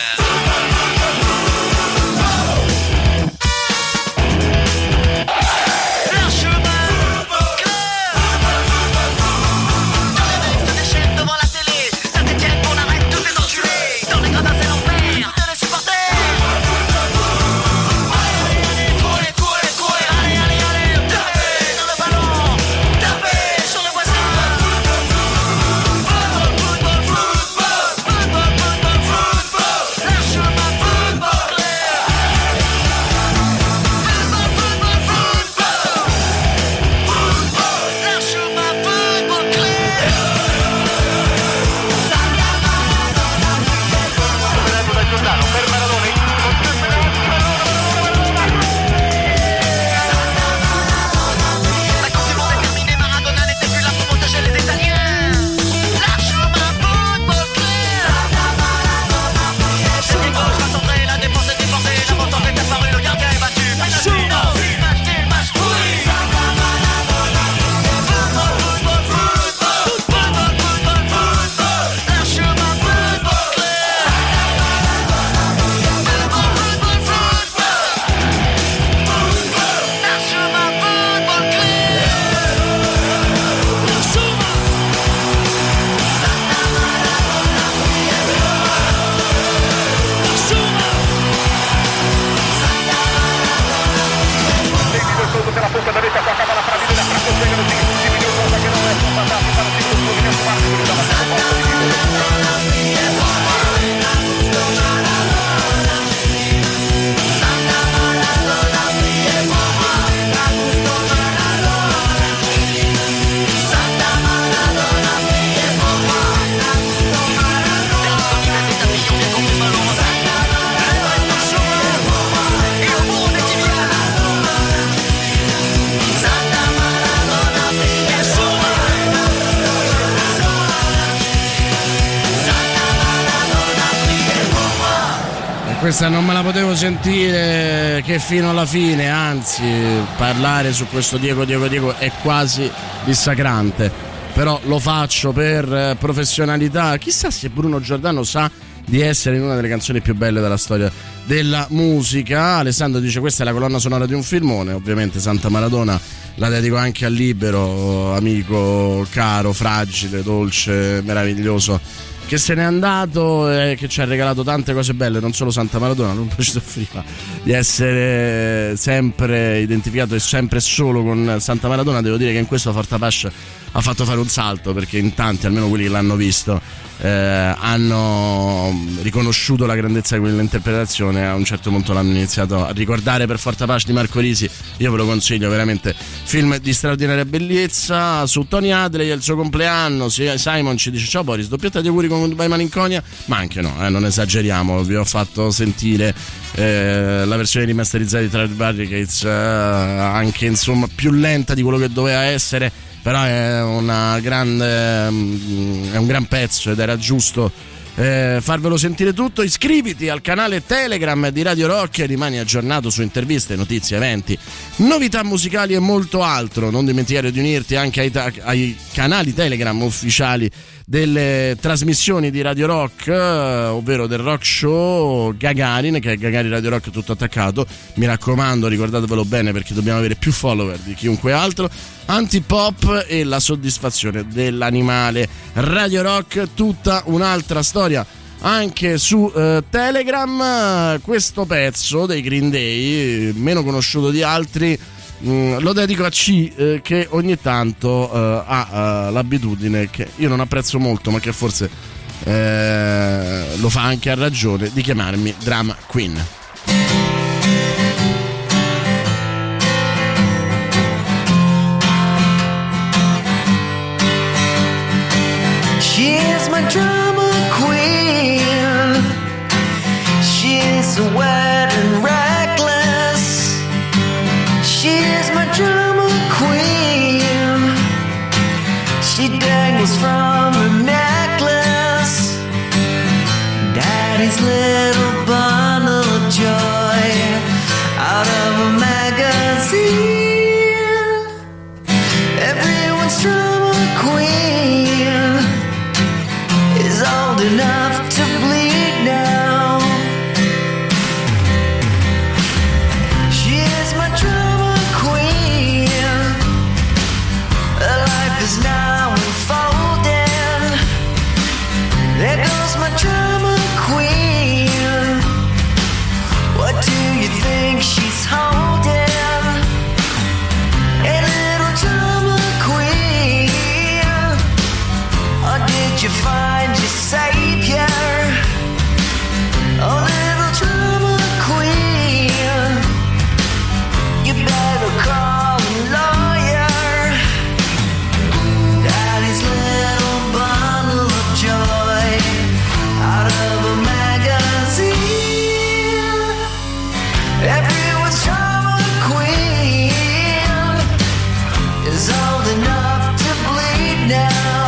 Questa non me la potevo sentire che fino alla fine, anzi parlare su questo Diego è quasi dissacrante, però lo faccio per professionalità. Chissà se Bruno Giordano sa di essere in una delle canzoni più belle della storia della musica. Alessandro dice: questa è la colonna sonora di un filmone. Ovviamente Santa Maradona la dedico anche al libero, amico caro, fragile, dolce, meraviglioso, che se n'è andato e che ci ha regalato tante cose belle, non solo Santa Maradona. Non mi soffriva di essere sempre identificato e sempre solo con Santa Maradona. Devo dire che in questo Fortapash ha fatto fare un salto, perché in tanti, almeno quelli che l'hanno visto, hanno riconosciuto la grandezza di quell'interpretazione. A un certo punto l'hanno iniziato a ricordare per Fortapash di Marco Risi. Io ve lo consiglio, veramente film di straordinaria bellezza. Su Tony Hadley è il suo compleanno, Simon ci dice: ciao Boris, doppietta di auguri con Dubai Malinconia. Ma anche no, non esageriamo, vi ho fatto sentire la versione rimasterizzata di Trial Barricades, anche insomma più lenta di quello che doveva essere, però è un gran pezzo ed era giusto farvelo sentire tutto. Iscriviti al canale Telegram di Radio Rock e rimani aggiornato su interviste, notizie, eventi, novità musicali e molto altro. Non dimenticare di unirti anche ai canali Telegram ufficiali delle trasmissioni di Radio Rock, ovvero del Rock Show Gagarin, che è Gagarin Radio Rock tutto attaccato. Mi raccomando, ricordatevelo bene, perché dobbiamo avere più follower di chiunque altro. Antipop e la soddisfazione dell'animale. Radio Rock, tutta un'altra storia anche su Telegram. Questo pezzo dei Green Day, meno conosciuto di altri, lo dedico a C, che ogni tanto ha l'abitudine, che io non apprezzo molto, ma che forse lo fa anche a ragione, di chiamarmi Drama Queen. She's my drama queen. She's wet and reckless. She's my drama queen. She dangles from her necklace. Daddy's little bundle of joy out of a magazine. Everyone's drama queen is old enough to bleed now. She is my drama queen. Her life is now unfolding. There goes my drama queen. What do you think she's holding? A little drama queen. Or did you find your savior? Oh, little drama queen, you better call a lawyer. Daddy's little bundle of joy out of a magazine. Everyone's drama queen is old enough to bleed now.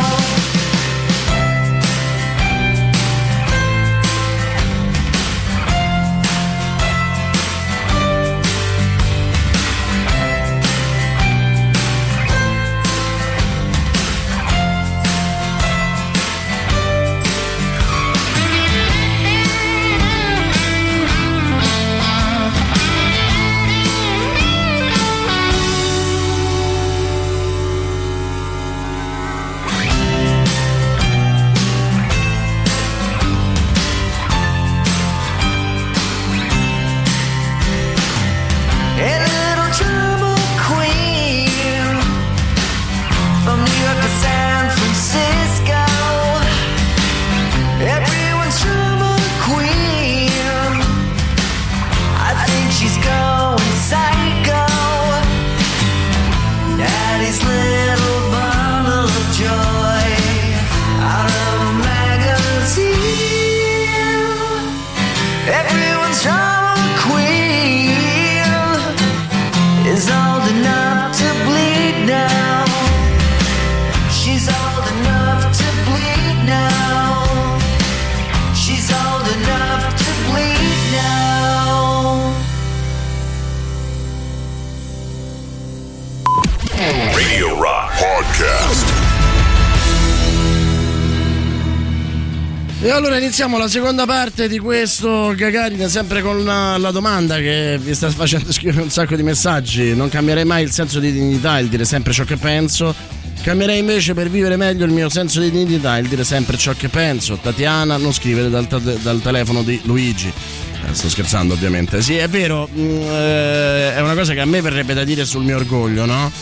E allora iniziamo la seconda parte di questo Gagarin, sempre con la domanda che vi sta facendo scrivere un sacco di messaggi. Non cambierei mai il senso di dignità, il dire sempre ciò che penso. Cambierei invece, per vivere meglio, il mio senso di dignità, il dire sempre ciò che penso. Tatiana, non scrivere dal telefono di Luigi. Sto scherzando, ovviamente. Sì, è vero, è una cosa che a me verrebbe da dire sul mio orgoglio, no?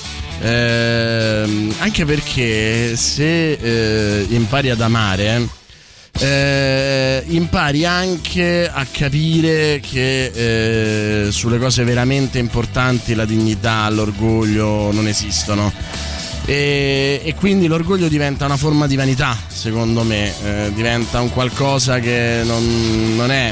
Anche perché se impari ad amare, impari anche a capire che sulle cose veramente importanti la dignità, l'orgoglio non esistono, e quindi l'orgoglio diventa una forma di vanità, secondo me, diventa un qualcosa che non è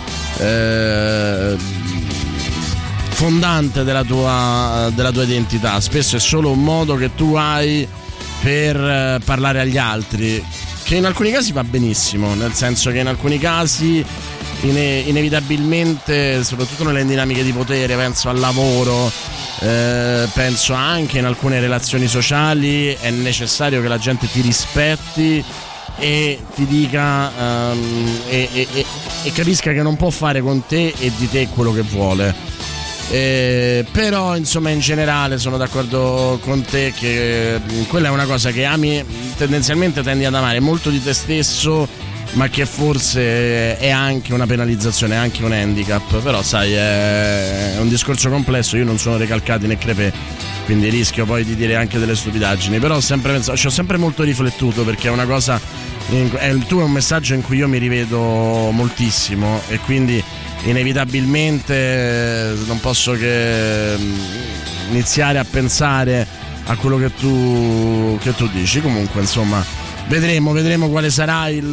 fondante della tua identità. Spesso è solo un modo che tu hai per parlare agli altri, che in alcuni casi va benissimo, nel senso che in alcuni casi inevitabilmente, soprattutto nelle dinamiche di potere, penso al lavoro, penso anche in alcune relazioni sociali, è necessario che la gente ti rispetti e ti dica e capisca che non può fare con te e di te quello che vuole. Però insomma in generale sono d'accordo con te che quella è una cosa che ami, tendenzialmente tendi ad amare molto di te stesso, ma che forse è anche una penalizzazione, è anche un handicap. Però sai, è un discorso complesso, io non sono Recalcati né Crepè, quindi rischio poi di dire anche delle stupidaggini, però ho sempre pensato, ci ho sempre molto riflettuto, perché è una cosa, tu è un messaggio in cui io mi rivedo moltissimo e quindi inevitabilmente non posso che iniziare a pensare a quello che tu dici. Comunque insomma vedremo quale sarà il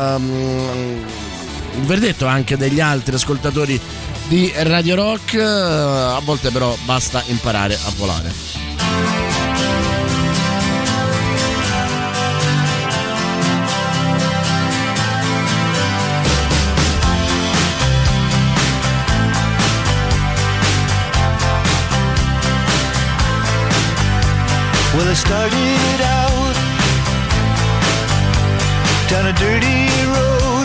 verdetto anche degli altri ascoltatori di Radio Rock. A volte però basta imparare a volare. Well, I started out down a dirty road.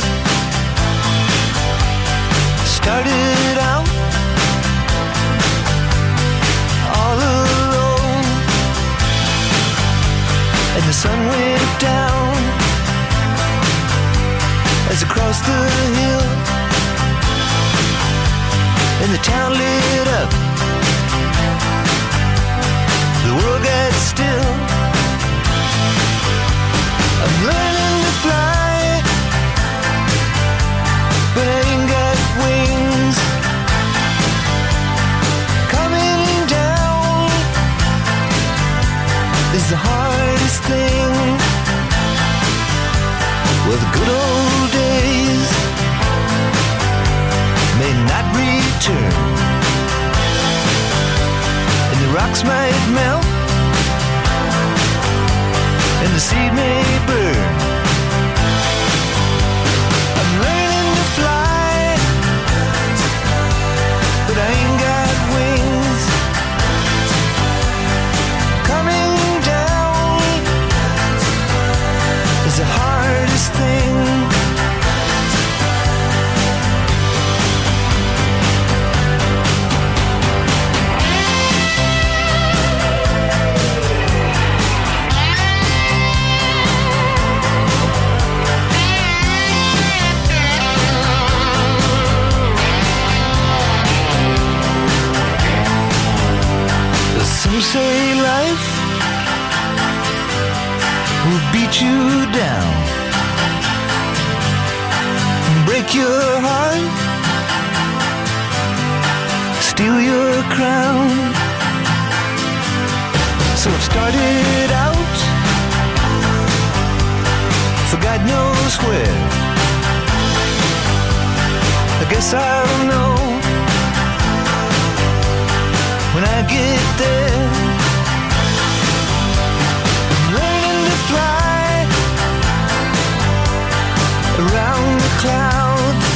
Started out all alone, and the sun went down as I crossed the hill, and the town lit up. The world got still. I'm learning to fly, but I ain't got wings. Coming down is the hardest thing. Well, the good old days may not return, and the rocks might melt, and the seed may burn. I'm learning to fly, but I ain't got wings. Coming down is the hardest thing. Some say life will beat you down, break your heart, steal your crown. So it started out for God knows where. I guess I'll know when I get there. I'm learning to fly around the clouds.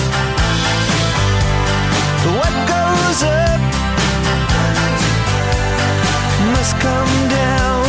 But what goes up must come down.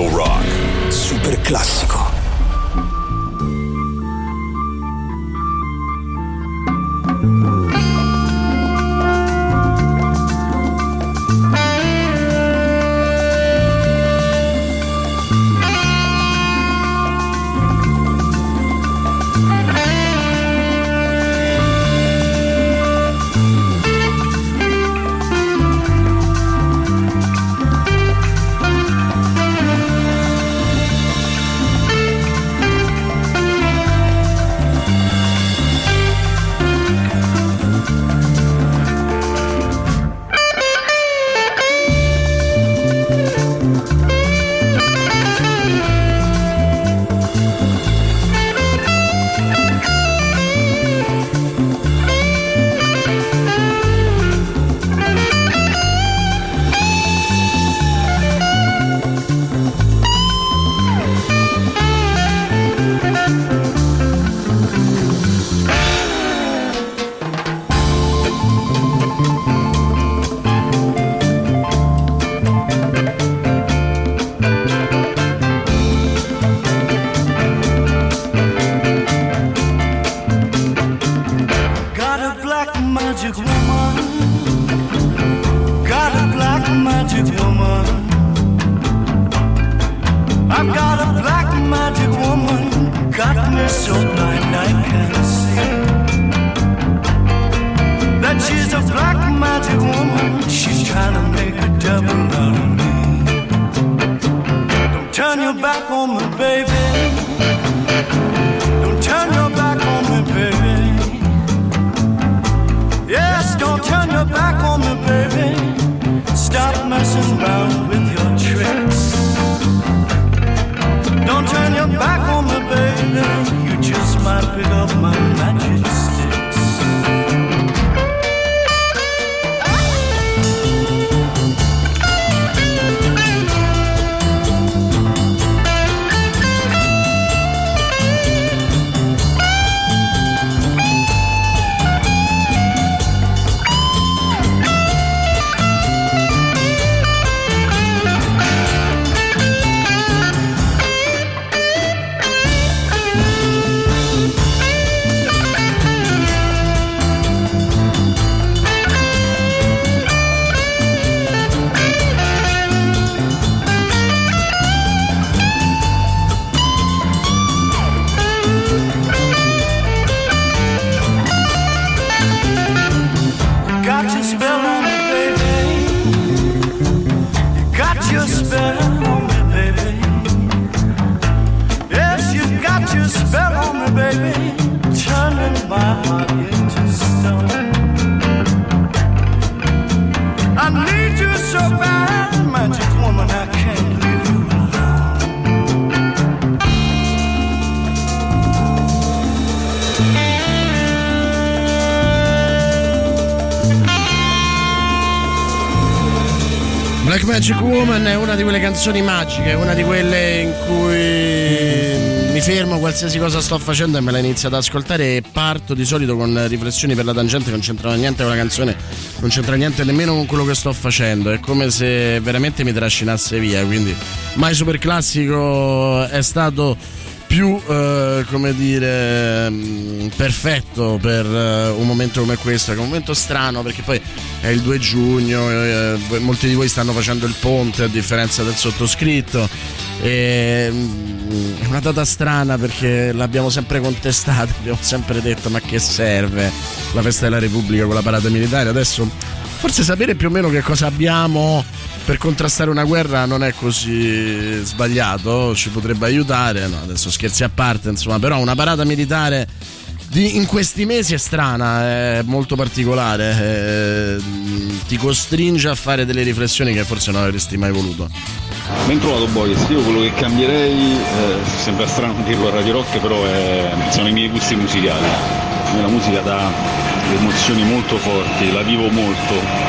Radio Rock. Super classico. Magic Woman è una di quelle canzoni magiche, una di quelle in cui mi fermo qualsiasi cosa sto facendo e me la inizio ad ascoltare e parto di solito con riflessioni per la tangente che non c'entrano niente con la canzone, non c'entra niente nemmeno con quello che sto facendo, è come se veramente mi trascinasse via, quindi mai super classico è stato più come dire perfetto per un momento come questo, che è un momento strano perché poi è il 2 giugno, molti di voi stanno facendo il ponte a differenza del sottoscritto, è una data strana perché l'abbiamo sempre contestata, abbiamo sempre detto ma che serve la festa della Repubblica con la parata militare, adesso forse sapere più o meno che cosa abbiamo per contrastare una guerra non è così sbagliato, ci potrebbe aiutare, no, adesso scherzi a parte, insomma, però una parata militare in questi mesi è strana, è molto particolare, ti costringe a fare delle riflessioni che forse non avresti mai voluto. Ben trovato Boris, io quello che cambierei, sembra strano dirlo a Radio Rock, però sono i miei gusti musicali. La musica dà emozioni molto forti, la vivo molto.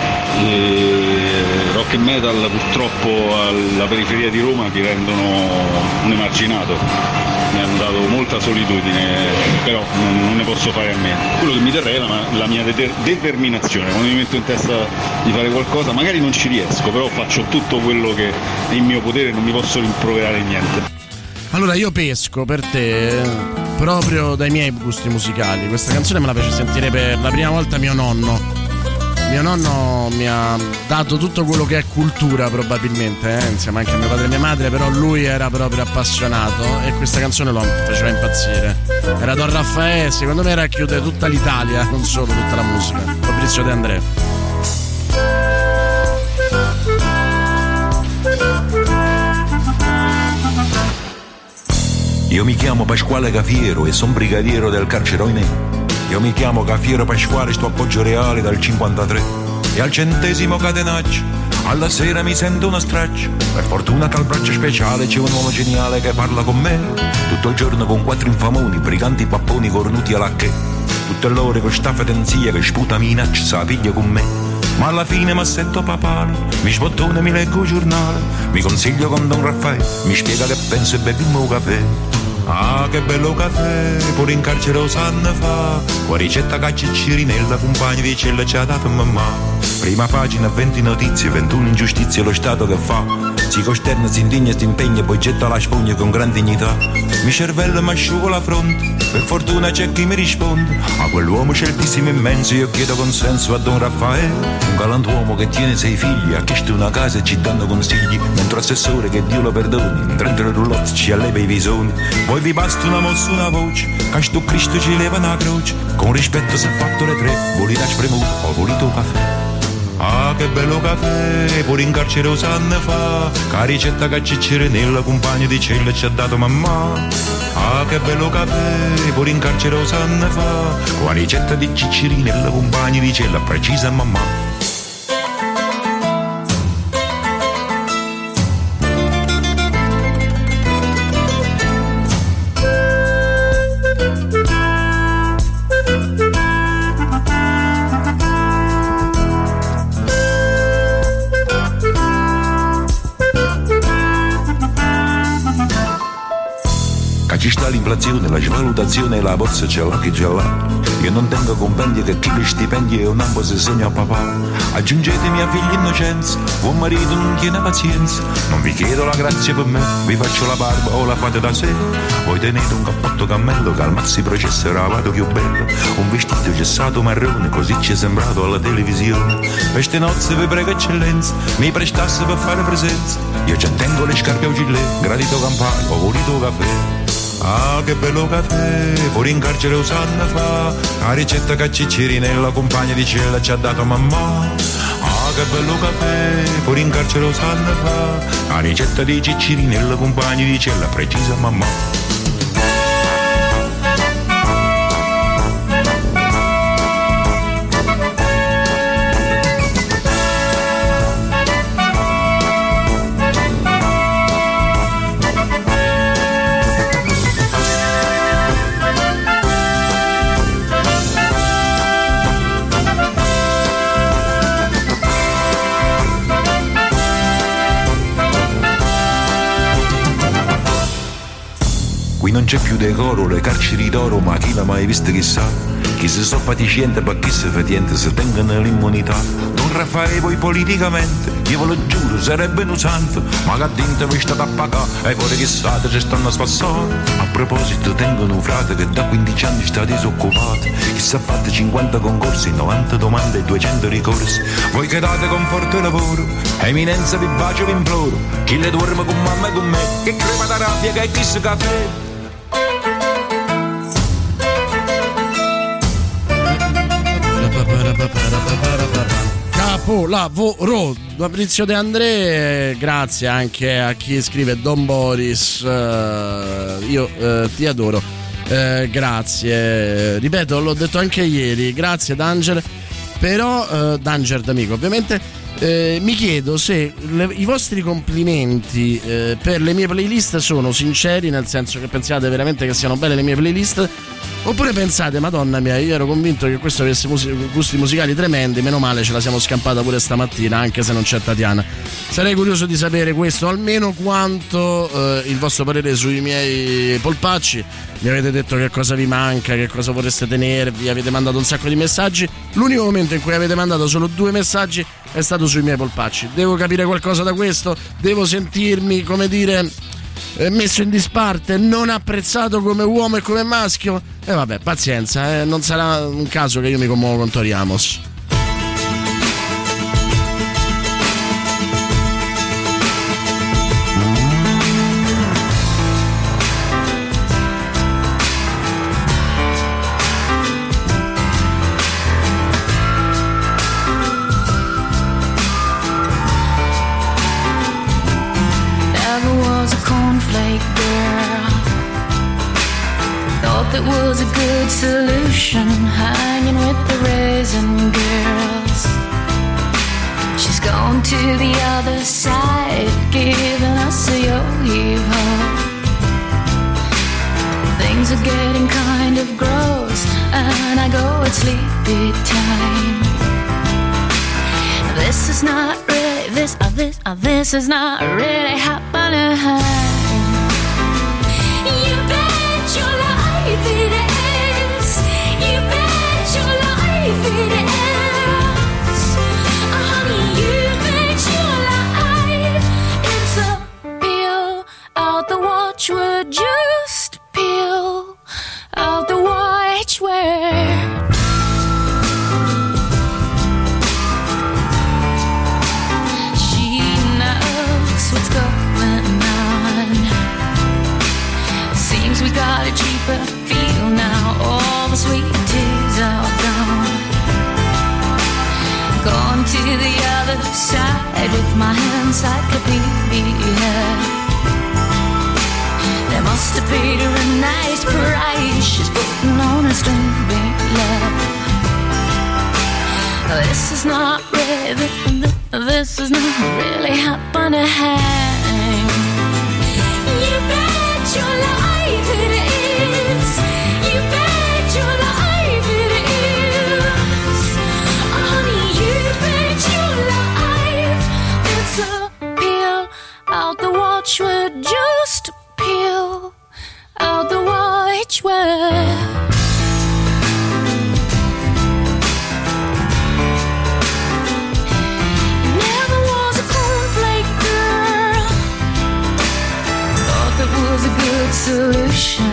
E rock e metal purtroppo alla periferia di Roma ti rendono un emarginato. mi hanno dato molta solitudine, però non ne posso fare a meno. Quello che mi terrei è la mia determinazione. Quando mi metto in testa di fare qualcosa, magari non ci riesco, però faccio tutto quello che è in mio potere, non mi posso rimproverare niente. Allora io pesco per te proprio dai miei gusti musicali. Questa canzone me la fece sentire per la prima volta mio nonno. Mio nonno mi ha dato tutto quello che è cultura, probabilmente, insieme anche a mio padre e mia madre, però lui era proprio appassionato e questa canzone lo faceva impazzire. Era Don Raffaele, secondo me racchiude tutta l'Italia, non solo tutta la musica. Fabrizio De André. Io mi chiamo Pasquale Cafiero e son brigadiero del carcere Oinè. Io mi chiamo Cafiero Pasquale, sto a Poggio Reale dal 53 e al 100° catenaccio alla sera mi sento una straccia. Per fortuna che al braccio speciale c'è un uomo geniale che parla con me tutto il giorno con 4 infamoni, briganti papponi cornuti alla che. Tutte l'ore con sta fedenzia che sputa minaccia sa piglia con me. Ma alla fine mi assetto papale, mi sbottone, mi leggo il giornale, mi consiglio con Don Raffaele, mi spiega che penso e bevimmo un caffè. Ah, che bello caffè, pure in carcere lo sanno fa, qua ricetta che Ciccirinella, compagno di cella ci ha dato mamma. Prima pagina, 20 notizie, 21 ingiustizie, lo Stato che fa, si costerna, si indigna, si impegna, poi getta la spugna con gran dignità. Mi cervello mi asciugo la fronte, per fortuna c'è chi mi risponde, a quell'uomo sceltissimo immenso io chiedo consenso a Don Raffaele, un galantuomo che tiene 6 figli, ha chiesto una casa e ci danno consigli, mentre assessore che Dio lo perdoni, in 30 roulotte ci alleva i visoni. Poi vi basta una mossa, una voce, che sto Cristo ci leva una croce, con rispetto si è fatto le 3, volete a spremuto o volete un caffè. Ah, che bello caffè, pure in carcere lo sanno fa, che ricetta che Ciccirinella, compagno di cella ci ha dato mamma. Ah, che bello caffè, pure in carcere lo sanno fa, con la ricetta di Ciccirinella, compagno di cella precisa mamma. Ci sta l'inflazione, la svalutazione e la borsa c'è là che c'è là. Io non tengo compendi che chi li stipendi e un ambo si segna a papà. Aggiungetemi a figli innocenza, buon marito non tiene pazienza. Non vi chiedo la grazia per me, vi faccio la barba o la fate da sé. Voi tenete un cappotto cammello che al mazzi processo era vado più bello. Un vestito gessato marrone, così ci è sembrato alla televisione. Per ste nozze vi prego eccellenza, mi prestasse per fare presenza. Io già tengo le scarpe a gilet, gradito campagna o volito caffè. Ah, che bello caffè, pure in carcere lo sanno fa, la ricetta che Ciccirinella, compagna di cella ci ha dato mamma. Ah, che bello caffè, pure in carcere lo sanno fa, la ricetta di Ciccirinella, compagna di cella precisa mamma. Qui non c'è più decoro, le carceri d'oro, ma chi l'ha mai visto chissà. Chi si so fatiscente, ma chi si fatiente, se tengono l'immunità. Don Raffaele poi politicamente, io ve lo giuro, sarebbe un santo, ma che dentro vi state a pagare, e fuori chissà ci stanno a spassare. A proposito, tengono un frate che da 15 anni sta disoccupato, che si è fatto 50 concorsi, 90 domande e 200 ricorsi. Voi che date conforto e lavoro, eminenza vi bacio vi imploro, chi le dorme con mamma e con me, che crema da rabbia che è chi si caffè. Capolavoro Fabrizio De André, grazie anche a chi scrive Don Boris, io ti adoro, grazie, ripeto, l'ho detto anche ieri, grazie Danger, però Danger d'amico ovviamente, Mi chiedo se i vostri complimenti per le mie playlist sono sinceri, nel senso che pensiate veramente che siano belle le mie playlist, oppure pensate, madonna mia, io ero convinto che questo avesse gusti musicali tremendi, meno male ce la siamo scampata pure stamattina, anche se non c'è Tatiana. Sarei curioso di sapere questo, almeno quanto il vostro parere sui miei polpacci. Mi avete detto che cosa vi manca, che cosa vorreste tenervi, avete mandato un sacco di messaggi. L'unico momento in cui avete mandato solo 2 messaggi è stato sui miei polpacci. Devo capire qualcosa da questo? Devo sentirmi, come dire, messo in disparte, non apprezzato come uomo e come maschio? E vabbè, pazienza, non sarà un caso che io mi commuovo con Tori Amos. It was a good solution, hanging with the raisin girls. She's gone to the other side, giving us a yo-yo. Things are getting kind of gross, and I go at sleepy time. This is not really, this is not really happening. You bet your life it is. You bet your life it is. Honey, you bet your life it's a peel out the watchword. Just peel out the watchword. She knows what's going on. Seems we got a cheaper feel now. All the sweet teas are gone. Gone to the other side with my encyclopedia. They must have paid her a nice price. She's putting on a string love. This is not really, this is not really happening. You bet your life it is. You bet your life it is. Honey, you bet your life it's a peel out the watchword. Just peel out the watchword. Was a good solution.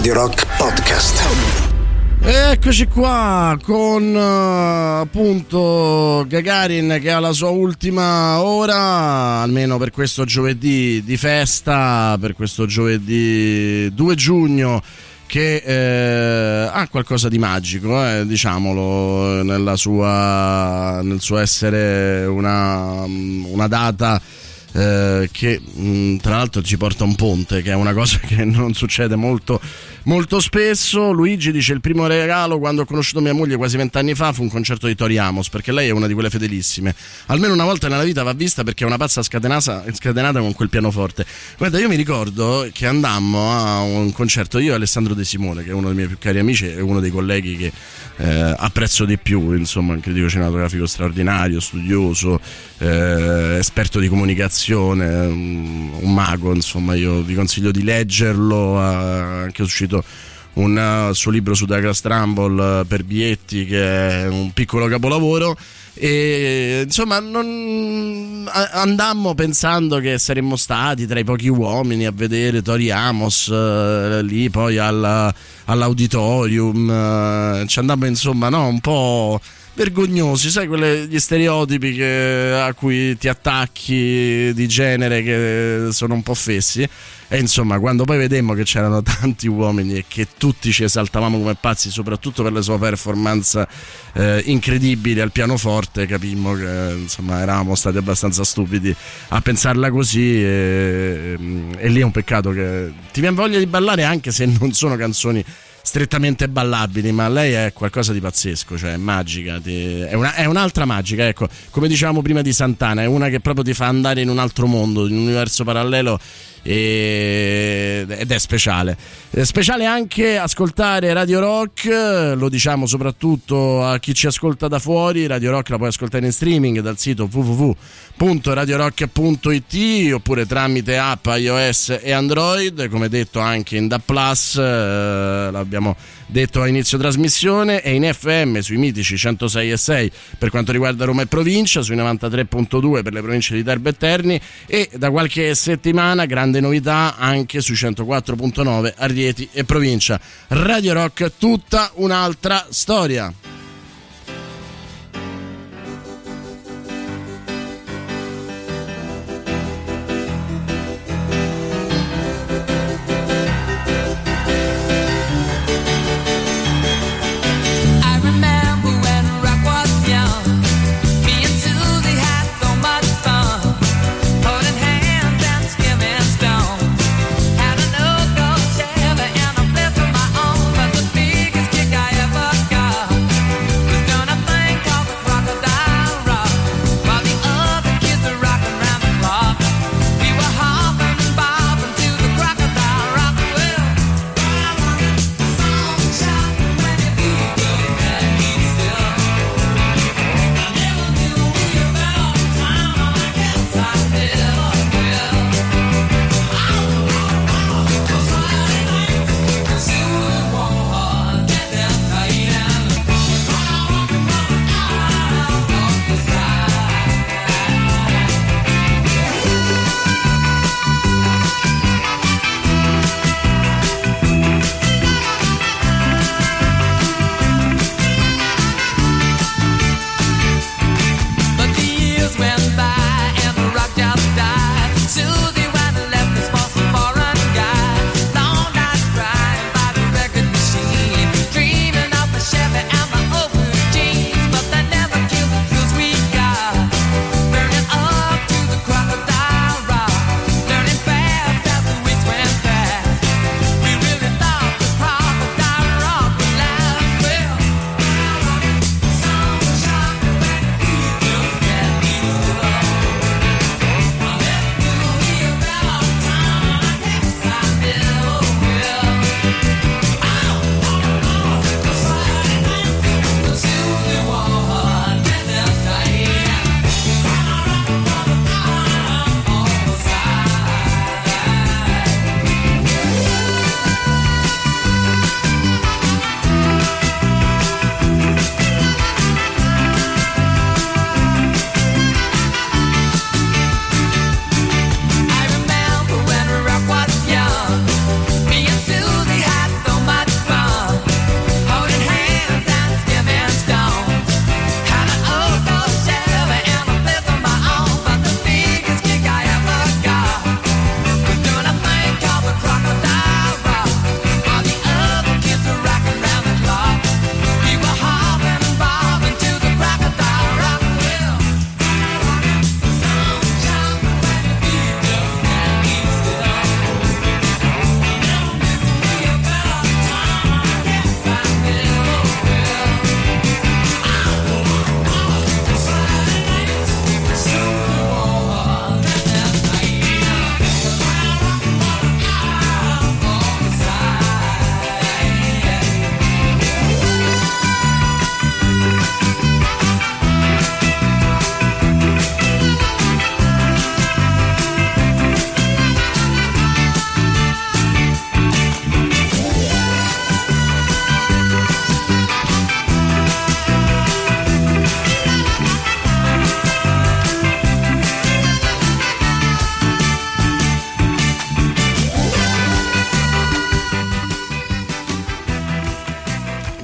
Radio Rock Podcast. Eccoci qua con appunto Gagarin che ha la sua ultima ora, almeno per questo giovedì di festa, per questo giovedì 2 giugno che ha qualcosa di magico, diciamolo, nel suo essere una data che tra l'altro ci porta un ponte, che è una cosa che non succede molto spesso. Luigi dice: il primo regalo quando ho conosciuto mia moglie quasi 20 anni fa fu un concerto di Tori Amos, perché lei è una di quelle fedelissime, almeno una volta nella vita va vista perché è una pazza scatenata con quel pianoforte. Guarda, io mi ricordo che andammo a un concerto, io e Alessandro De Simone, che è uno dei miei più cari amici e uno dei colleghi che apprezzo di più, insomma, un critico cinematografico straordinario, studioso, esperto di comunicazione, un mago, insomma. Io vi consiglio di leggerlo, anche è uscito un suo libro su Douglas Trumbull per biglietti, che è un piccolo capolavoro. E insomma andammo pensando che saremmo stati tra i pochi uomini a vedere Tori Amos lì poi all'auditorium, ci andammo, insomma, no, un po' vergognosi, sai, gli stereotipi a cui ti attacchi di genere, che sono un po' fessi. E insomma, quando poi vedemmo che c'erano tanti uomini e che tutti ci esaltavamo come pazzi, soprattutto per le sue performance incredibili al pianoforte, capimmo che, insomma, eravamo stati abbastanza stupidi a pensarla così, e lì è un peccato che ti viene voglia di ballare, anche se non sono canzoni strettamente ballabili, ma lei è qualcosa di pazzesco, cioè è magica, è un'altra magica, ecco, come dicevamo prima di Santana, è una che proprio ti fa andare in un altro mondo, in un universo parallelo, ed è speciale. È speciale anche ascoltare Radio Rock, lo diciamo soprattutto a chi ci ascolta da fuori. Radio Rock la puoi ascoltare in streaming dal sito www.radiorock.it oppure tramite app iOS e Android, come detto anche in DAB+, l'abbiamo detto a inizio trasmissione, e in FM sui mitici 106.6 per quanto riguarda Roma e provincia, sui 93.2 per le province di Terbo e Terni, e da qualche settimana grande novità anche sui 104.9 a Rieti e provincia. Radio Rock, tutta un'altra storia. I ever got.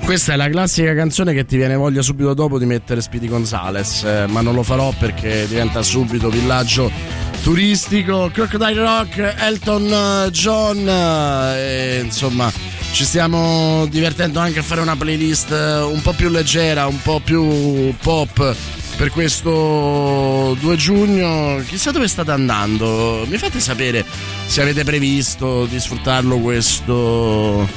Questa è la classica canzone che ti viene voglia subito dopo di mettere Speedy Gonzales, ma non lo farò perché diventa subito villaggio turistico. Crocodile Rock, Elton John, insomma ci stiamo divertendo anche a fare una playlist un po' più leggera, un po' più pop per questo 2 giugno. Chissà dove state andando, mi fate sapere se avete previsto di sfruttarlo questo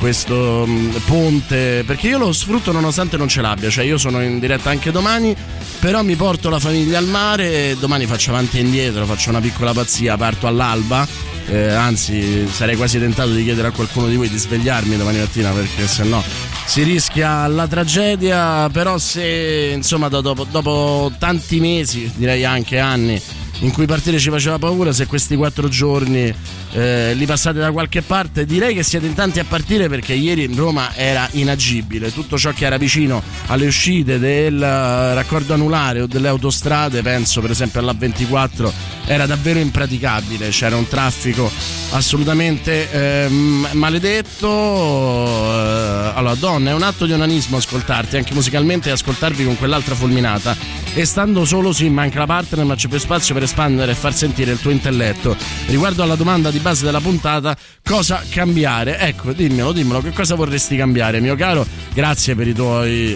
ponte, perché io lo sfrutto nonostante non ce l'abbia, cioè io sono in diretta anche domani, però mi porto la famiglia al mare, domani faccio avanti e indietro, faccio una piccola pazzia, parto all'alba, anzi sarei quasi tentato di chiedere a qualcuno di voi di svegliarmi domani mattina perché sennò si rischia la tragedia. Però se insomma dopo tanti mesi, direi anche anni, in cui partire ci faceva paura, se questi 4 giorni li passate da qualche parte, direi che siete in tanti a partire, perché ieri Roma era inagibile. Tutto ciò che era vicino alle uscite del raccordo anulare o delle autostrade, penso per esempio all'A24, era davvero impraticabile, c'era un traffico assolutamente maledetto. Allora donna, è un atto di onanismo ascoltarti anche musicalmente e ascoltarvi con quell'altra fulminata, e stando solo sì manca la partner, ma c'è più spazio per espandere e far sentire il tuo intelletto. Riguardo alla domanda di base della puntata, cosa cambiare? Ecco, dimmelo, che cosa vorresti cambiare, mio caro? Grazie per i tuoi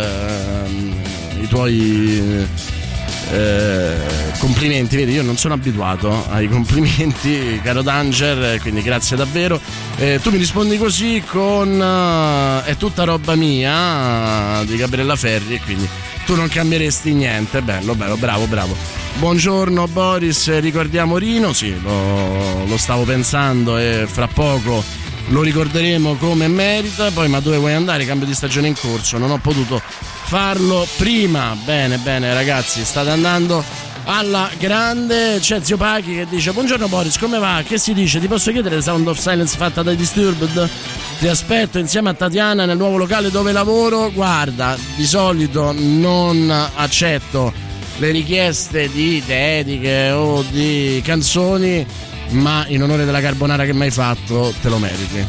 complimenti. Vedi, io non sono abituato ai complimenti, caro Danger, quindi grazie davvero. Tu mi rispondi così con È tutta roba mia di Gabriella Ferri, e quindi tu non cambieresti niente. Bello, bravo. Buongiorno Boris, ricordiamo Rino? Sì, lo stavo pensando e fra poco lo ricorderemo come merita. Poi, ma dove vuoi andare? Cambio di stagione in corso, non ho potuto farlo prima. Bene ragazzi, state andando alla grande. C'è Zio Pachi che dice: buongiorno Boris, come va? Che si dice? Ti posso chiedere Sound of Silence fatta dai Disturbed? Ti aspetto insieme a Tatiana nel nuovo locale dove lavoro. Guarda, di solito non accetto le richieste di dediche o di canzoni, ma in onore della carbonara che mi hai fatto te lo meriti.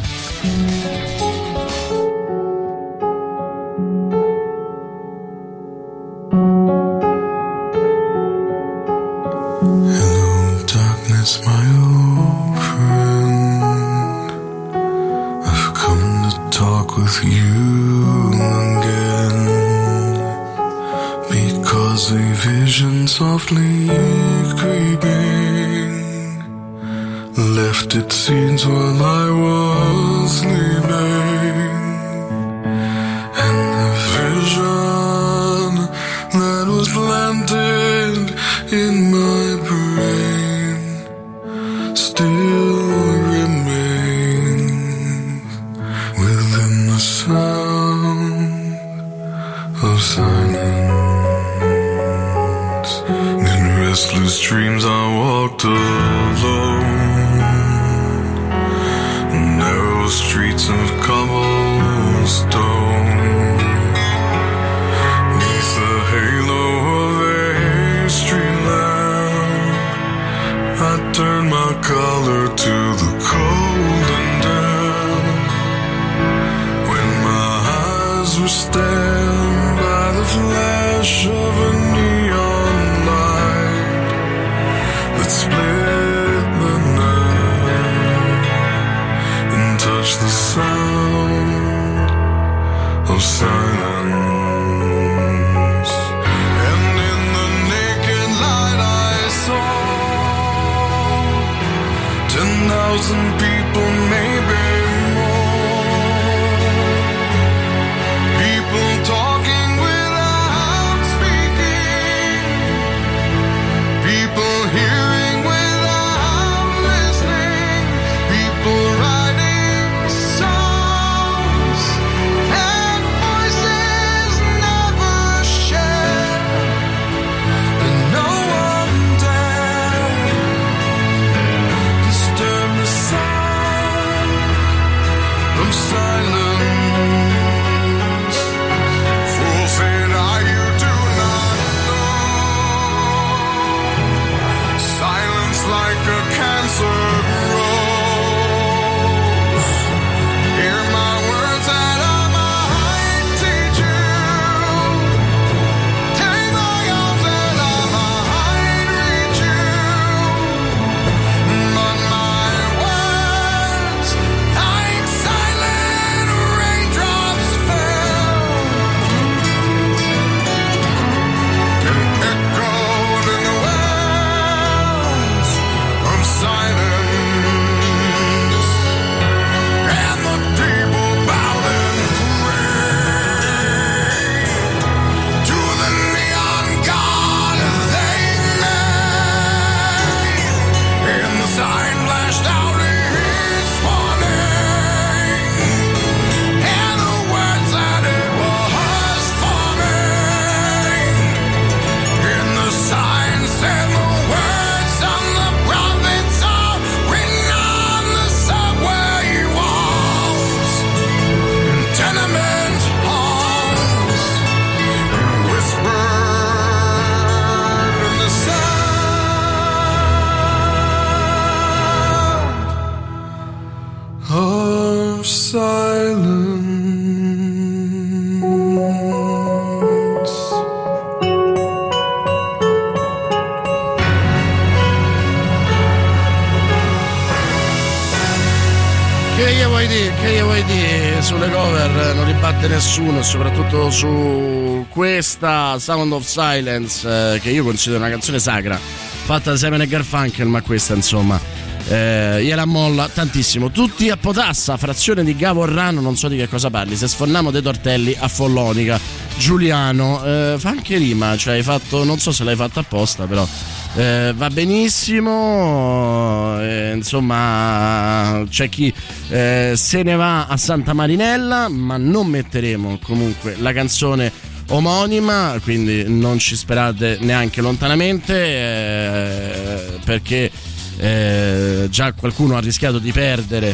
Hello, darkness, my old friend. I've come to talk with you again, because a vision softly creeping left its seeds while I was sleeping, and the vision that was planted in my brain still remains within the sound of silence. In restless dreams I walked alone, narrow streets of cobblestone, neath the halo of a street lamp. I turned my collar to the cold and damp, when my eyes were stabbed by the flash of a neon light that split the night and touched the sound of silence. And in the naked light I saw 10,000 people, maybe more, people talking without speaking, people hearing without listening, people writing songs and voices never shared, and no one dared disturb the sound Che gli vuoi dire? Sulle cover non ribatte nessuno, soprattutto su questa Sound of Silence, che io considero una canzone sacra, fatta da Simon e Garfunkel, ma questa insomma gliela molla tantissimo. Tutti a Potassa, frazione di Gavorrano, non so di che cosa parli, se sforniamo dei tortelli a Follonica. Giuliano, fa anche rima, cioè hai fatto, non so se l'hai fatto apposta, però va benissimo, insomma c'è chi se ne va a Santa Marinella, ma non metteremo comunque la canzone omonima, quindi non ci sperate neanche lontanamente, perché già qualcuno ha rischiato di perdere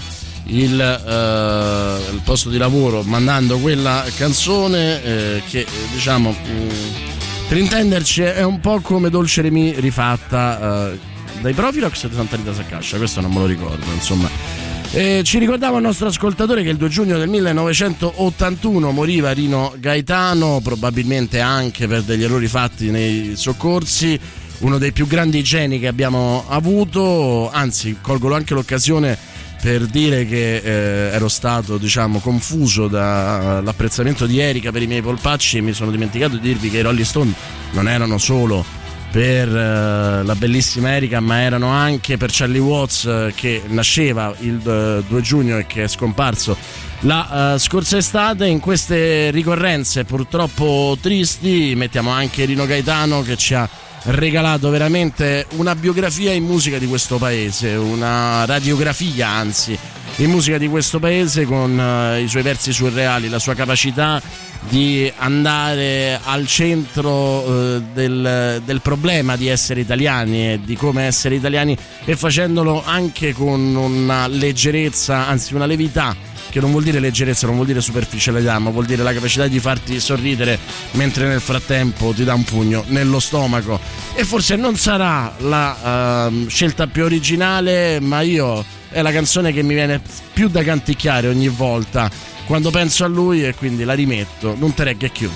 il posto di lavoro mandando quella canzone, che diciamo per intenderci è un po' come Dolce Remi rifatta dai Profilox e da Santa Rita Saccascia, questo non me lo ricordo, insomma. Ci ricordava il nostro ascoltatore che il 2 giugno del 1981 moriva Rino Gaetano, probabilmente anche per degli errori fatti nei soccorsi, uno dei più grandi geni che abbiamo avuto. Anzi, colgo anche l'occasione per dire che ero stato, diciamo, confuso dall'apprezzamento di Erika per i miei polpacci, e mi sono dimenticato di dirvi che i Rolling Stone non erano solo per la bellissima Erika, ma erano anche per Charlie Watts, che nasceva il 2 giugno e che è scomparso la scorsa estate. In queste ricorrenze purtroppo tristi mettiamo anche Rino Gaetano, che ci ha regalato veramente una biografia in musica di questo paese, una radiografia anzi in musica di questo paese, con i suoi versi surreali, la sua capacità di andare al centro del problema di essere italiani e di come essere italiani, e facendolo anche con una leggerezza, anzi una levità, che non vuol dire leggerezza, non vuol dire superficialità, ma vuol dire la capacità di farti sorridere mentre nel frattempo ti dà un pugno nello stomaco. E forse non sarà la scelta più originale, ma è la canzone che mi viene più da canticchiare ogni volta quando penso a lui, e quindi la rimetto. Non te regge più.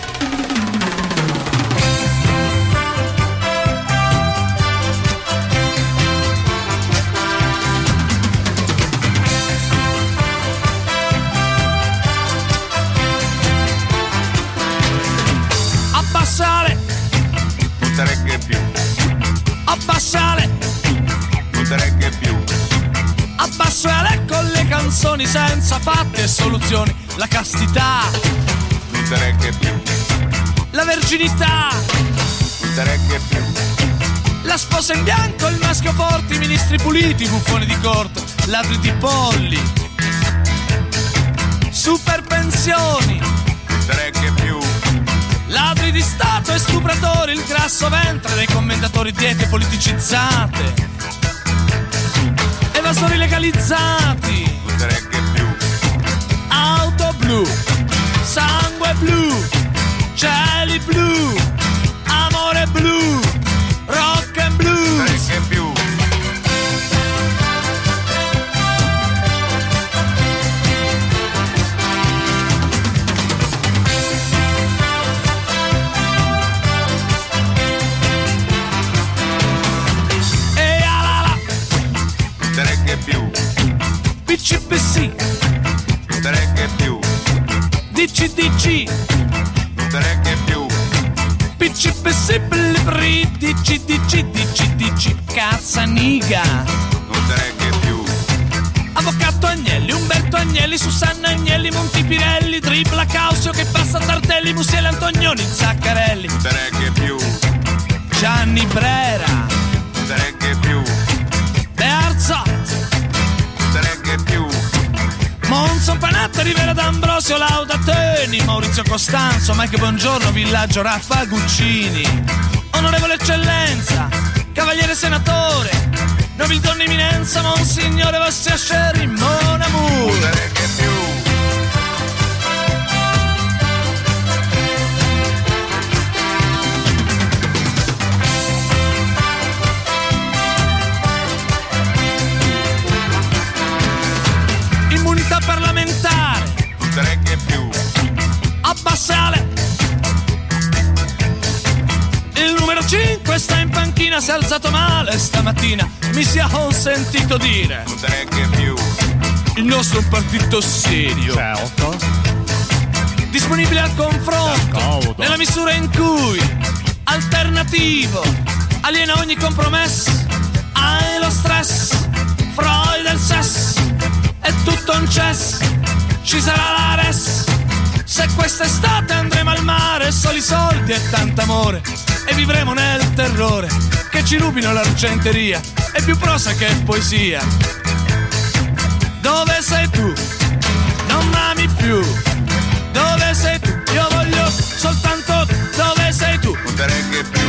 Abbassale, non te regge più. Abbassale con le canzoni senza fatti e soluzioni. La castità, non te regge più. La verginità, non te regge più. La sposa in bianco, il maschio forte, i ministri puliti, i buffoni di corte, ladri di polli, super pensioni, non te regge più. Ladri di Stato e stupratori, il grasso ventre dei commentatori, diete politicizzate, evasori legalizzati, non te regge più. Auto blu, sangue blu, cieli blu, amore blu, rock and blues, non te regge più. PCPC, non te regge più. DCDC, non te regge più. PCPC, Bellibri, DCDC, DCDC, Cazzaniga, non te regge più. Avvocato Agnelli, Umberto Agnelli, Susanna Agnelli, Montipirelli, Tripla Causio che passa Tardelli, Musiele Antonioni, Zaccarelli, non te regge più. Gianni Brera, non te regge più. Bearzot, più. Monson Panatto, Rivera D'Ambrosio, Laudateni, Maurizio Costanzo, Mike Buongiorno, Villaggio Raffa Guccini, Onorevole Eccellenza, Cavaliere Senatore, Nobildonna Eminenza, Monsignore Vassia Scerri, Mon Amour, non te regge più. Parlamentare, non te regge più. Abbassale, il numero 5 sta in panchina, si è alzato male stamattina, mi sia consentito dire, non te regge più. Il nostro è un partito serio. Certo. Disponibile al confronto, D'accordo. nella misura in cui alternativo aliena ogni compromesso. Hai lo stress, Freud del sesso, è tutto un cess, ci sarà la res. Se quest'estate andremo al mare, soli soldi e tanto amore, e vivremo nel terrore che ci rubino l'argenteria, è più prosa che poesia. Dove sei tu? Non m'ami più. Dove sei tu? Io voglio soltanto tu. Dove sei tu? Non te regge più.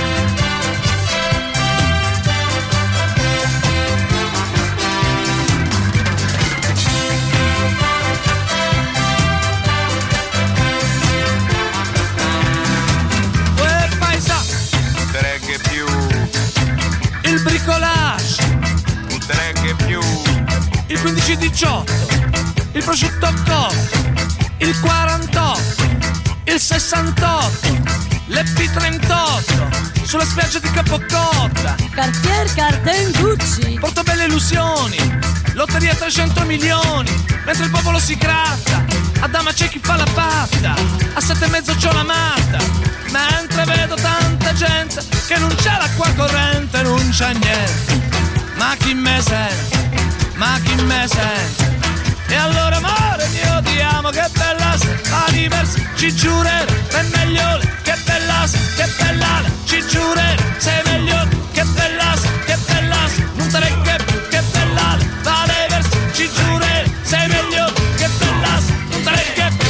Uè paesa, Non te regge più. il bricolage, Non te regge più. il 15-18, il prosciutto cotto, il 48, il 68, l'Ep38, sulla spiaggia di Capocotta, Cartier, Carden, Gucci, Portobello Illusioni, lotteria 300 milioni, mentre il popolo si gratta, a dama c'è chi fa la patta, a 7,5 c'ho la matta, mentre vedo tanta gente che non c'è l'acqua corrente, non c'è niente, ma chi me sente, ma chi me sente? E allora amore mio ti amo, che bella sei, l'anniversario, ci giurere, è meglio, che bella ci giurere, sei meglio, che bella sei, non te regge più, che bella, l'anniversario, ci giurere, sei meglio, che bella sei, non te regge più.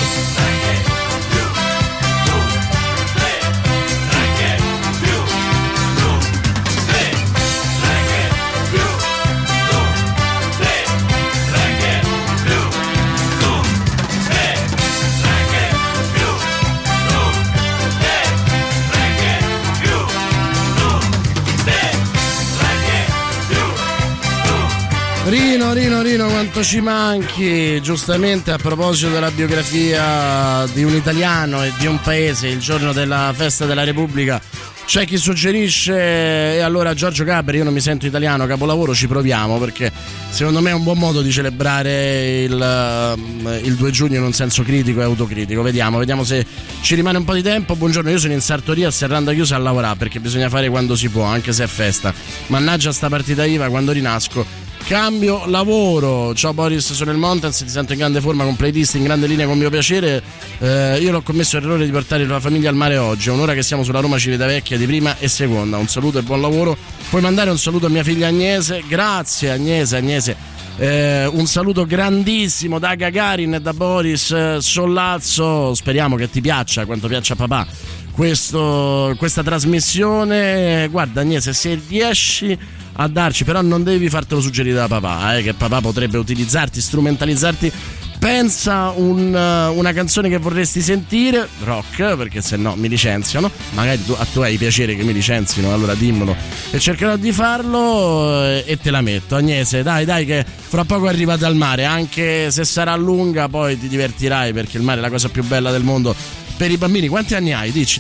Rino, quanto ci manchi. Giustamente, a proposito della biografia di un italiano e di un paese, il giorno della festa della Repubblica, c'è chi suggerisce: e allora Giorgio Gabri, io non mi sento italiano, capolavoro, ci proviamo, perché secondo me è un buon modo di celebrare il 2 giugno in un senso critico e autocritico. Vediamo se ci rimane un po' di tempo. Buongiorno, io sono in sartoria a Serranda chiusa a lavorare, perché bisogna fare quando si può, anche se è festa. Mannaggia sta partita IVA, quando rinasco cambio lavoro. Ciao Boris, sono il Montans, ti sento in grande forma, con playlist in grande linea, con mio piacere. Io l'ho commesso l'errore di portare la famiglia al mare oggi, è un'ora che siamo sulla Roma Civitavecchia di prima e seconda. Un saluto e buon lavoro. Puoi mandare un saluto a mia figlia Agnese? Grazie Agnese. Un saluto grandissimo da Gagarin e da Boris Sollazzo. Speriamo che ti piaccia quanto piaccia a papà questa trasmissione. Guarda Agnese, se riesci a darci, però non devi fartelo suggerire da papà, che papà potrebbe utilizzarti, strumentalizzarti. Pensa una canzone che vorresti sentire, rock, perché se no mi licenziano. Magari tu hai piacere che mi licenzino, allora dimmelo e cercherò di farlo e te la metto. Agnese, dai che fra poco arrivate al mare, anche se sarà lunga, poi ti divertirai, perché il mare è la cosa più bella del mondo per i bambini. Quanti anni hai? Dici,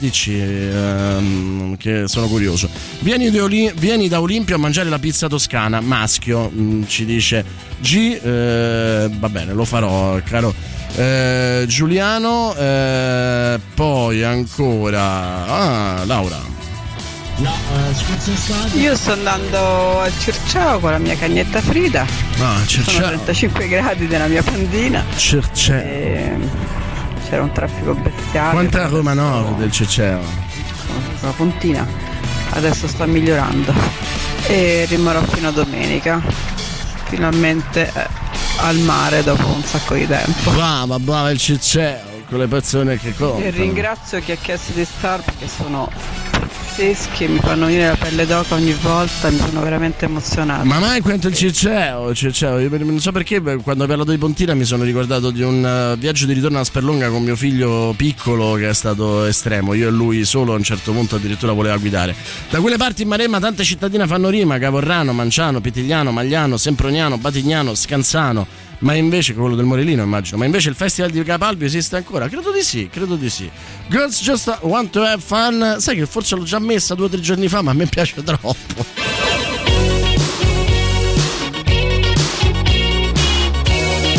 che sono curioso. Vieni da Olimpio a mangiare la pizza toscana, maschio, ci dice G. Va bene, lo farò, caro Giuliano. Poi ancora Laura. Io sto andando a Circeo con la mia cagnetta Frida. Circeo. Sono 35 gradi della mia pandina. Circeo. C'era un traffico bestiale. Quant'è a Roma Nord del Circeo? Una puntina. Adesso sta migliorando e rimarrò fino a domenica. Finalmente al mare dopo un sacco di tempo. Brava il Circeo, con le persone che contano. E ringrazio chi ha chiesto di star, perché sono pazzeschi e mi fanno venire la pelle d'oca ogni volta, mi sono veramente emozionato. Ma mai quanto il Circeo, io non so perché quando ho parlato di Pontina mi sono ricordato di un viaggio di ritorno a Sperlonga con mio figlio piccolo, che è stato estremo. Io e lui solo, a un certo punto addirittura voleva guidare. Da quelle parti in Maremma tante cittadine fanno rima: Cavorrano, Manciano, Pitigliano, Magliano, Semproniano, Batignano, Scanzano. Ma invece, quello del Morellino immagino, ma invece il festival di Capalbio esiste ancora? Credo di sì. Girls Just Want to Have Fun, sai che forse l'ho già messa 2 o 3 giorni fa, ma a me piace troppo.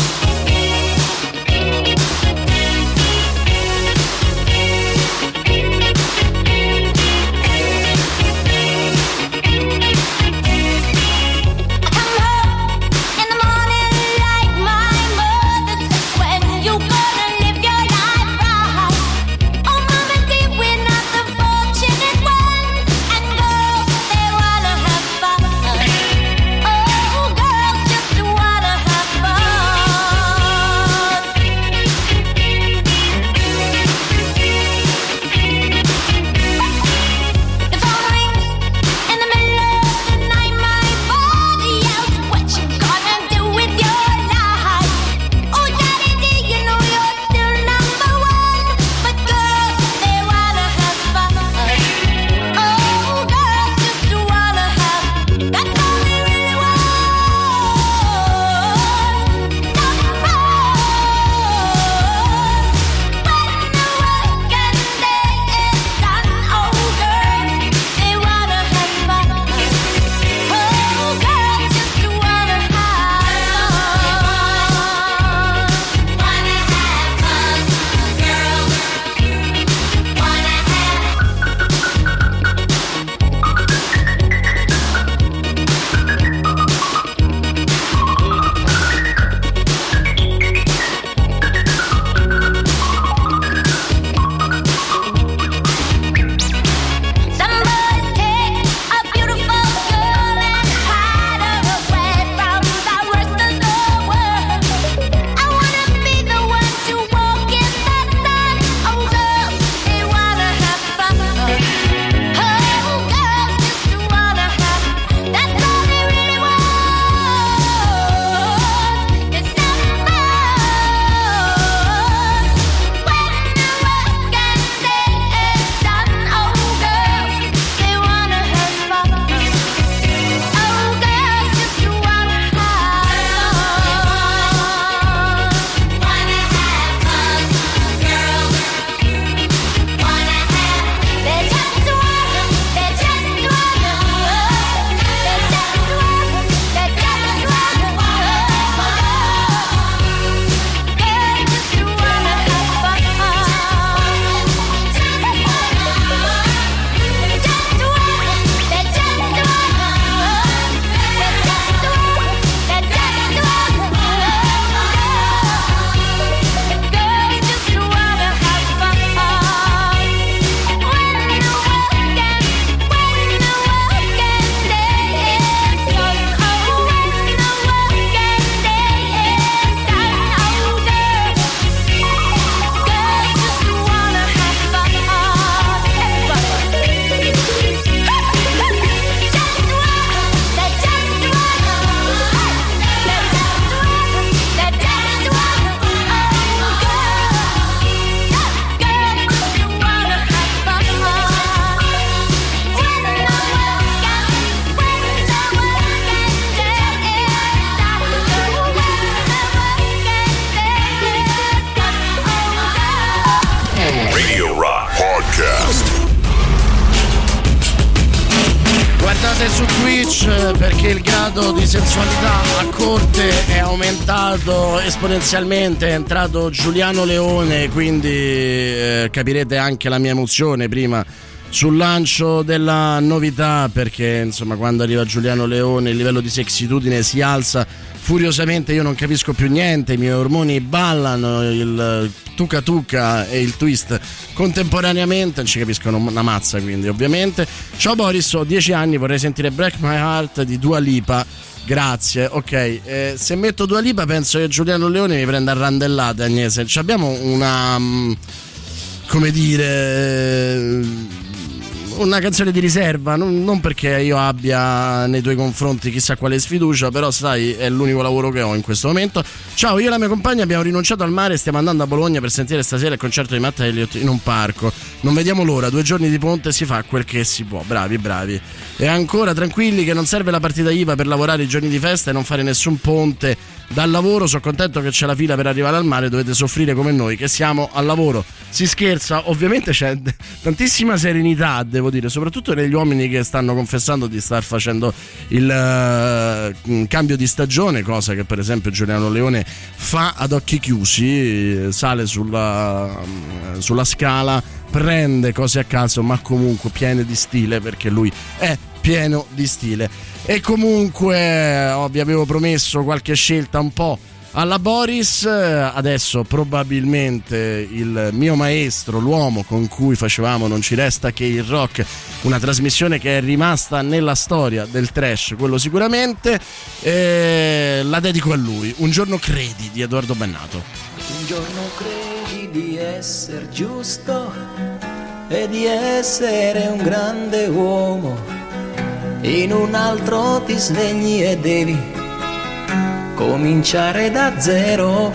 Beach, perché il grado di sensualità a corte è aumentato esponenzialmente, è entrato Giuliano Leone, quindi capirete anche la mia emozione prima sul lancio della novità, perché insomma quando arriva Giuliano Leone il livello di sexitudine si alza furiosamente, io non capisco più niente, i miei ormoni ballano il tuca tuca e il twist contemporaneamente, non ci capiscono una mazza, quindi ovviamente. Ciao Boris, ho 10 anni, vorrei sentire Break My Heart di Dua Lipa. Grazie, ok. Se metto Dua Lipa penso che Giuliano Leone mi prenda a randellate, Agnese. Abbiamo una come dire una canzone di riserva, non perché io abbia nei tuoi confronti chissà quale sfiducia, però sai, è l'unico lavoro che ho in questo momento. Ciao, io e la mia compagna abbiamo rinunciato al mare e stiamo andando a Bologna per sentire stasera il concerto di Matt Elliott in un parco. Non vediamo l'ora, 2 giorni di ponte, si fa quel che si può. Bravi. E ancora tranquilli che non serve la partita IVA per lavorare i giorni di festa e non fare nessun ponte dal lavoro. Sono contento che c'è la fila per arrivare al mare, dovete soffrire come noi che siamo al lavoro. Si scherza, ovviamente c'è tantissima serenità, devo dire, soprattutto negli uomini che stanno confessando di star facendo il cambio di stagione, cosa che per esempio Giuliano Leone fa ad occhi chiusi, sale sulla scala, prende cose a caso, ma comunque piene di stile, perché lui è pieno di stile. E comunque vi avevo promesso qualche scelta un po' alla Boris, adesso probabilmente il mio maestro, l'uomo con cui facevamo Non ci resta che il rock, una trasmissione che è rimasta nella storia del trash, quello sicuramente, la dedico a lui. Un giorno credi di Edoardo Bennato. Un giorno credi di essere giusto e di essere un grande uomo, in un altro ti svegli e devi cominciare da zero.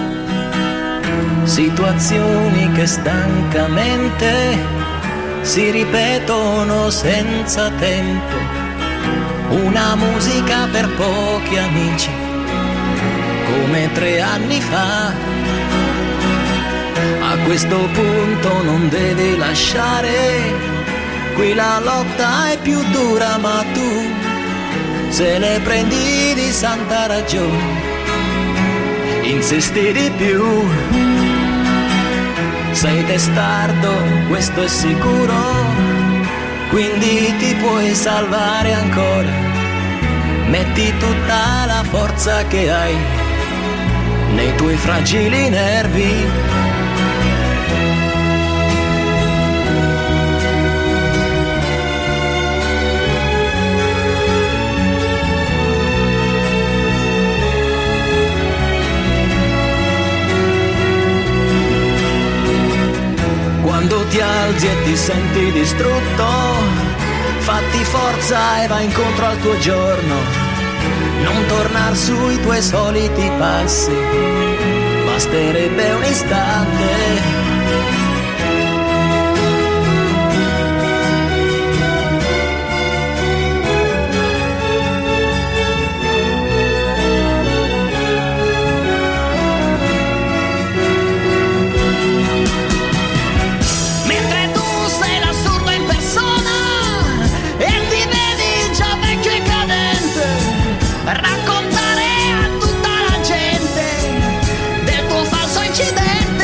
Situazioni che stancamente si ripetono senza tempo, una musica per pochi amici come 3 anni fa. A questo punto non devi lasciare, qui la lotta è più dura, ma tu se ne prendi di santa ragione, insisti di più. Sei testardo, questo è sicuro, quindi ti puoi salvare ancora. Metti tutta la forza che hai nei tuoi fragili nervi. Quando ti alzi e ti senti distrutto, fatti forza e vai incontro al tuo giorno. Non tornar sui tuoi soliti passi, basterebbe un istante. Raccontare a tutta la gente del tuo falso incidente,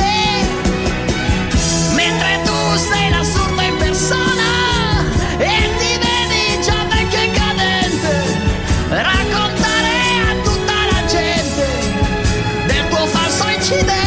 mentre tu sei l'assurdo in persona e ti vedi già vecchio e cadente. Raccontare a tutta la gente del tuo falso incidente.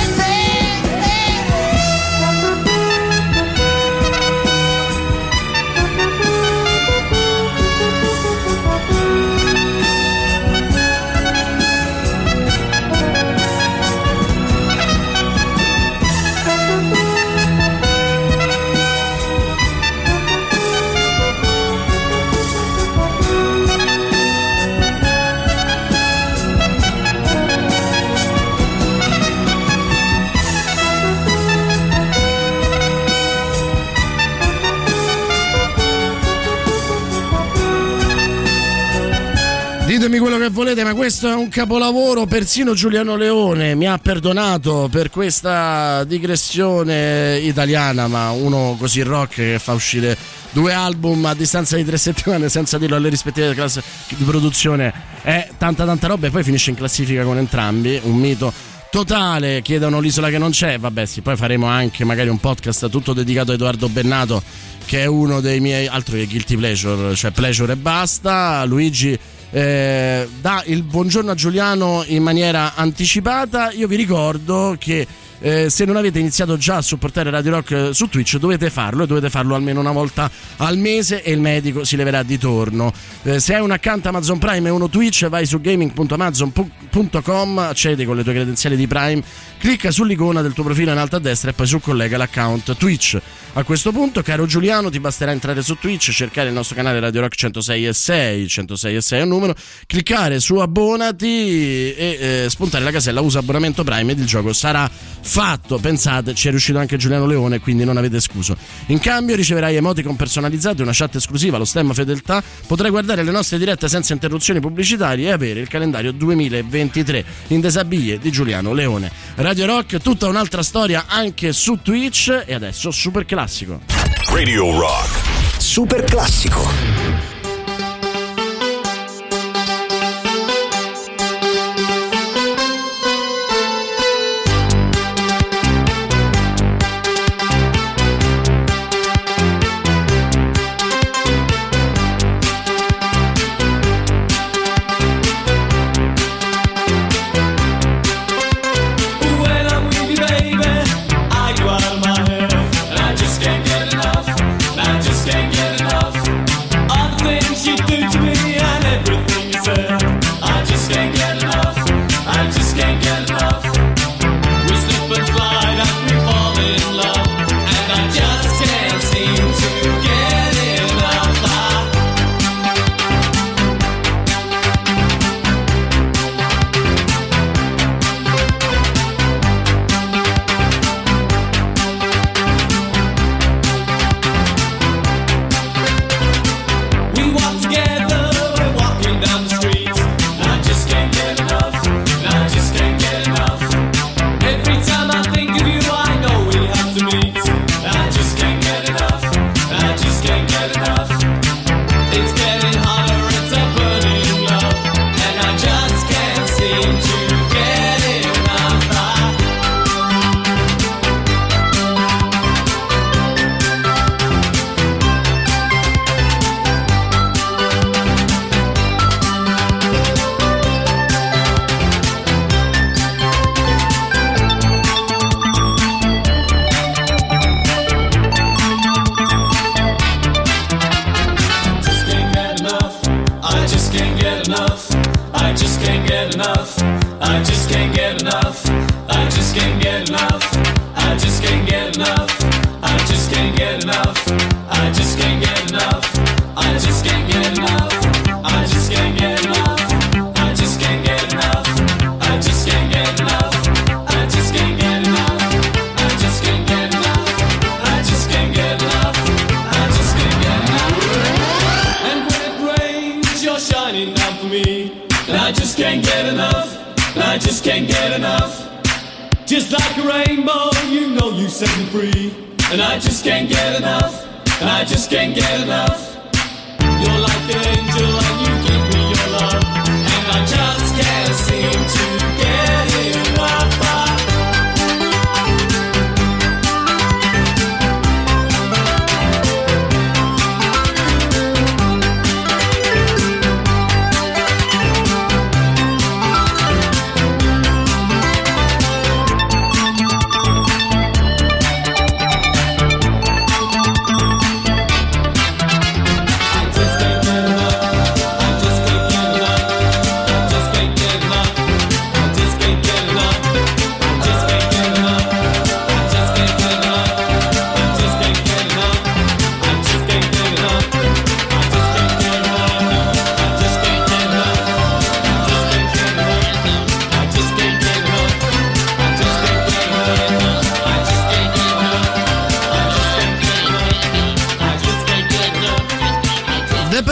Ditemi quello che volete, ma questo è un capolavoro. Persino Giuliano Leone mi ha perdonato per questa digressione italiana, ma uno così rock che fa uscire 2 album a distanza di 3 settimane senza dirlo alle rispettive classi di produzione è tanta roba, e poi finisce in classifica con entrambi, un mito totale. Chiedono l'isola che non c'è, vabbè sì, poi faremo anche magari un podcast tutto dedicato a Edoardo Bennato, che è uno dei miei, altro che guilty pleasure, cioè pleasure e basta. Luigi dà il buongiorno a Giuliano in maniera anticipata. Io vi ricordo che se non avete iniziato già a supportare Radio Rock su Twitch dovete farlo, e dovete farlo almeno una volta al mese, e il medico si leverà di torno. Se hai un account Amazon Prime e uno Twitch, vai su gaming.amazon.com, accedi con le tue credenziali di Prime, clicca sull'icona del tuo profilo in alto a destra e poi su collega l'account Twitch. A questo punto, caro Giuliano, ti basterà entrare su Twitch, cercare il nostro canale Radio Rock 106.6, 106.6 è un numero, cliccare su abbonati e spuntare la casella usa abbonamento Prime ed il gioco sarà fatto. Pensate, ci è riuscito anche Giuliano Leone, quindi non avete scuso. In cambio riceverai emoticon personalizzati, una chat esclusiva, lo stemma fedeltà, potrai guardare le nostre dirette senza interruzioni pubblicitarie e avere il calendario 2023 in desabiglie di Giuliano Leone. Radio Rock, tutta un'altra storia anche su Twitch. E adesso super classico. Radio Rock super classico.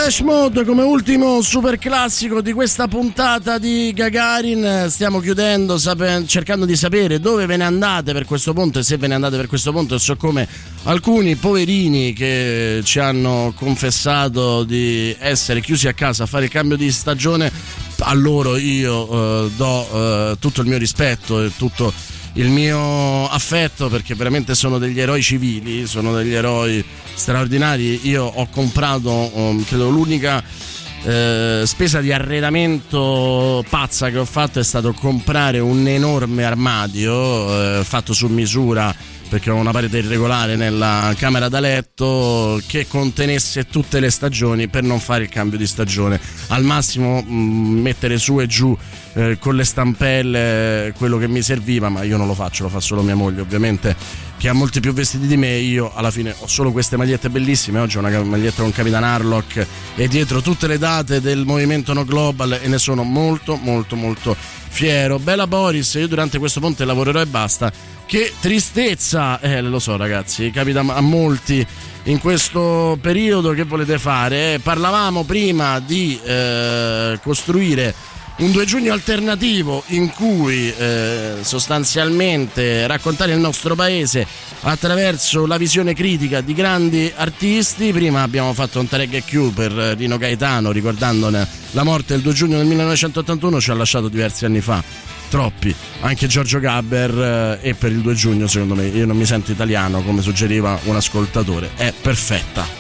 Depeche Mode come ultimo super classico di questa puntata di Gagarin. Stiamo chiudendo cercando di sapere dove ve ne andate per questo ponte, se ve ne andate per questo ponte. So come alcuni poverini che ci hanno confessato di essere chiusi a casa a fare il cambio di stagione, a loro io do tutto il mio rispetto e tutto il mio affetto, perché veramente sono degli eroi civili, sono degli eroi straordinari. Io ho comprato credo l'unica spesa di arredamento pazza che ho fatto è stato comprare un enorme armadio fatto su misura, perché ho una parete irregolare nella camera da letto, che contenesse tutte le stagioni per non fare il cambio di stagione. Al massimo mettere su e giù con le stampelle quello che mi serviva, ma io non lo faccio, lo fa solo mia moglie ovviamente, che ha molti più vestiti di me. Io alla fine ho solo queste magliette bellissime. Oggi ho una maglietta con Capitan Harlock e dietro tutte le date del movimento No Global, e ne sono molto molto molto fiero. Bella Boris, io durante questo ponte lavorerò e basta. Che tristezza, lo so ragazzi, capita a molti in questo periodo. Che volete fare? Parlavamo prima di costruire un 2 giugno alternativo in cui sostanzialmente raccontare il nostro paese attraverso la visione critica di grandi artisti. Prima abbiamo fatto un Tarek Q per Rino Gaetano, ricordandone la morte il 2 giugno del 1981, ci ha lasciato diversi anni fa, troppi. Anche Giorgio Gabber, e per il 2 giugno secondo me, io non mi sento italiano come suggeriva un ascoltatore, è perfetta.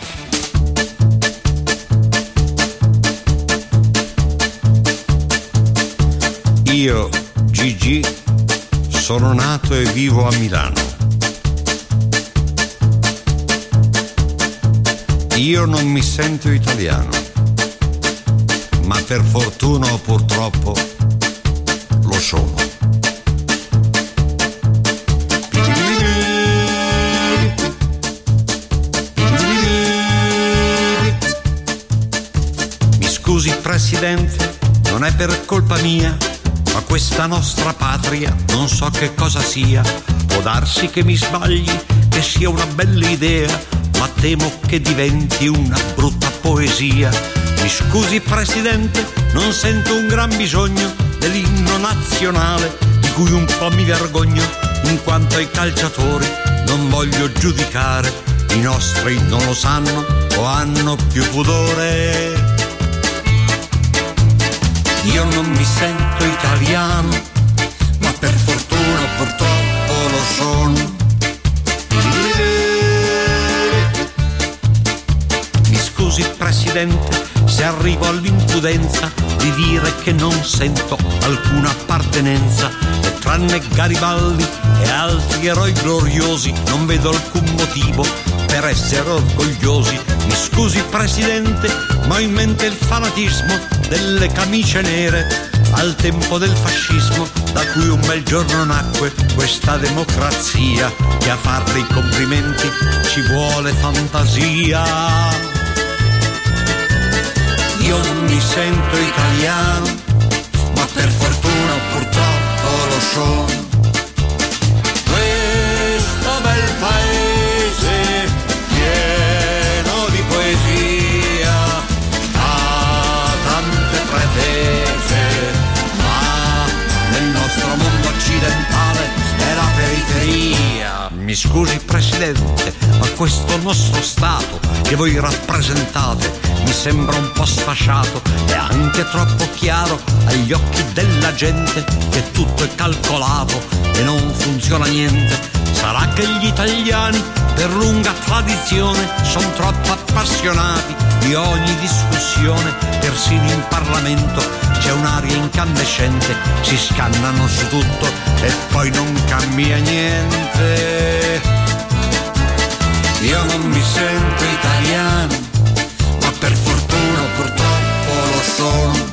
Io, Gigi, sono nato e vivo a Milano. Io non mi sento italiano, ma per fortuna o purtroppo lo sono. Mi scusi, Presidente, non è per colpa mia, ma questa nostra patria non so che cosa sia. Può darsi che mi sbagli, che sia una bella idea, ma temo che diventi una brutta poesia. Mi scusi, Presidente, non sento un gran bisogno dell'inno nazionale, di cui un po' mi vergogno, in quanto ai calciatori non voglio giudicare. I nostri non lo sanno o hanno più pudore. Io non mi sento italiano, ma per fortuna purtroppo lo sono. Mi scusi, Presidente, se arrivo all'impudenza di dire che non sento alcuna appartenenza, e tranne Garibaldi e altri eroi gloriosi non vedo alcun motivo per essere orgogliosi. Mi scusi, Presidente, ma ho in mente il fanatismo delle camicie nere al tempo del fascismo, da cui un bel giorno nacque questa democrazia, che a farle i complimenti ci vuole fantasia. Io non mi sento italiano, ma per fortuna purtroppo lo sono. Questo bel paese pieno di poesia ha tante pretese, ma nel nostro mondo occidentale è la periferia. Mi scusi, Presidente, ma questo nostro Stato che voi rappresentate mi sembra un po' sfasciato e anche troppo chiaro agli occhi della gente, che tutto è calcolato e non funziona niente. Sarà che gli italiani per lunga tradizione sono troppo appassionati di ogni discussione, persino in Parlamento c'è un'aria incandescente, si scannano su tutto e poi non cambia niente. Io non mi sento italiano, ma per fortuna purtroppo lo sono.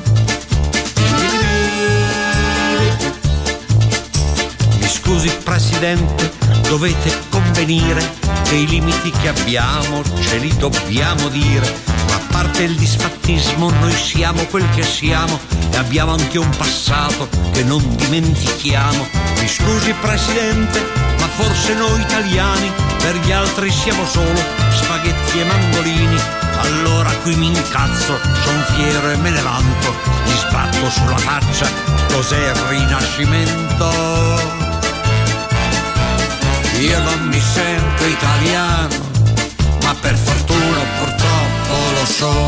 Mi scusi, Presidente, dovete convenire che i limiti che abbiamo ce li dobbiamo dire, ma parte il disfattismo, noi siamo quel che siamo e abbiamo anche un passato che non dimentichiamo. Mi scusi Presidente, ma forse noi italiani per gli altri siamo solo spaghetti e mandolini. Allora qui mi incazzo, son fiero e me ne vanto, gli sbatto sulla faccia, cos'è il Rinascimento? Io non mi sento italiano, ma per fortuna purtroppo lo sono.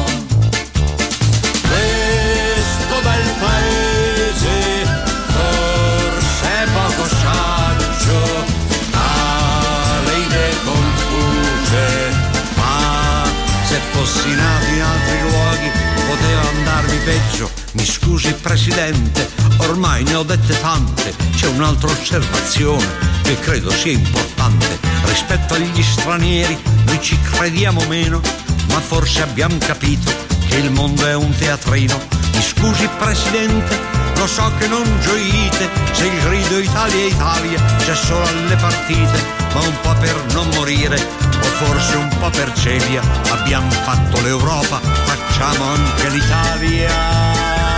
Questo bel paese forse è poco saggio, ha le idee confuse, ma se fossi nato in altri luoghi poteva andarmi peggio. Mi scusi Presidente, ormai ne ho dette tante, c'è un'altra osservazione che credo sia importante. Rispetto agli stranieri noi ci crediamo meno, ma forse abbiamo capito che il mondo è un teatrino. Mi scusi Presidente, lo so che non gioite se il grido Italia Italia c'è solo alle partite, ma un po' per non morire o forse un po' per celia abbiamo fatto l'Europa, facciamo anche l'Italia.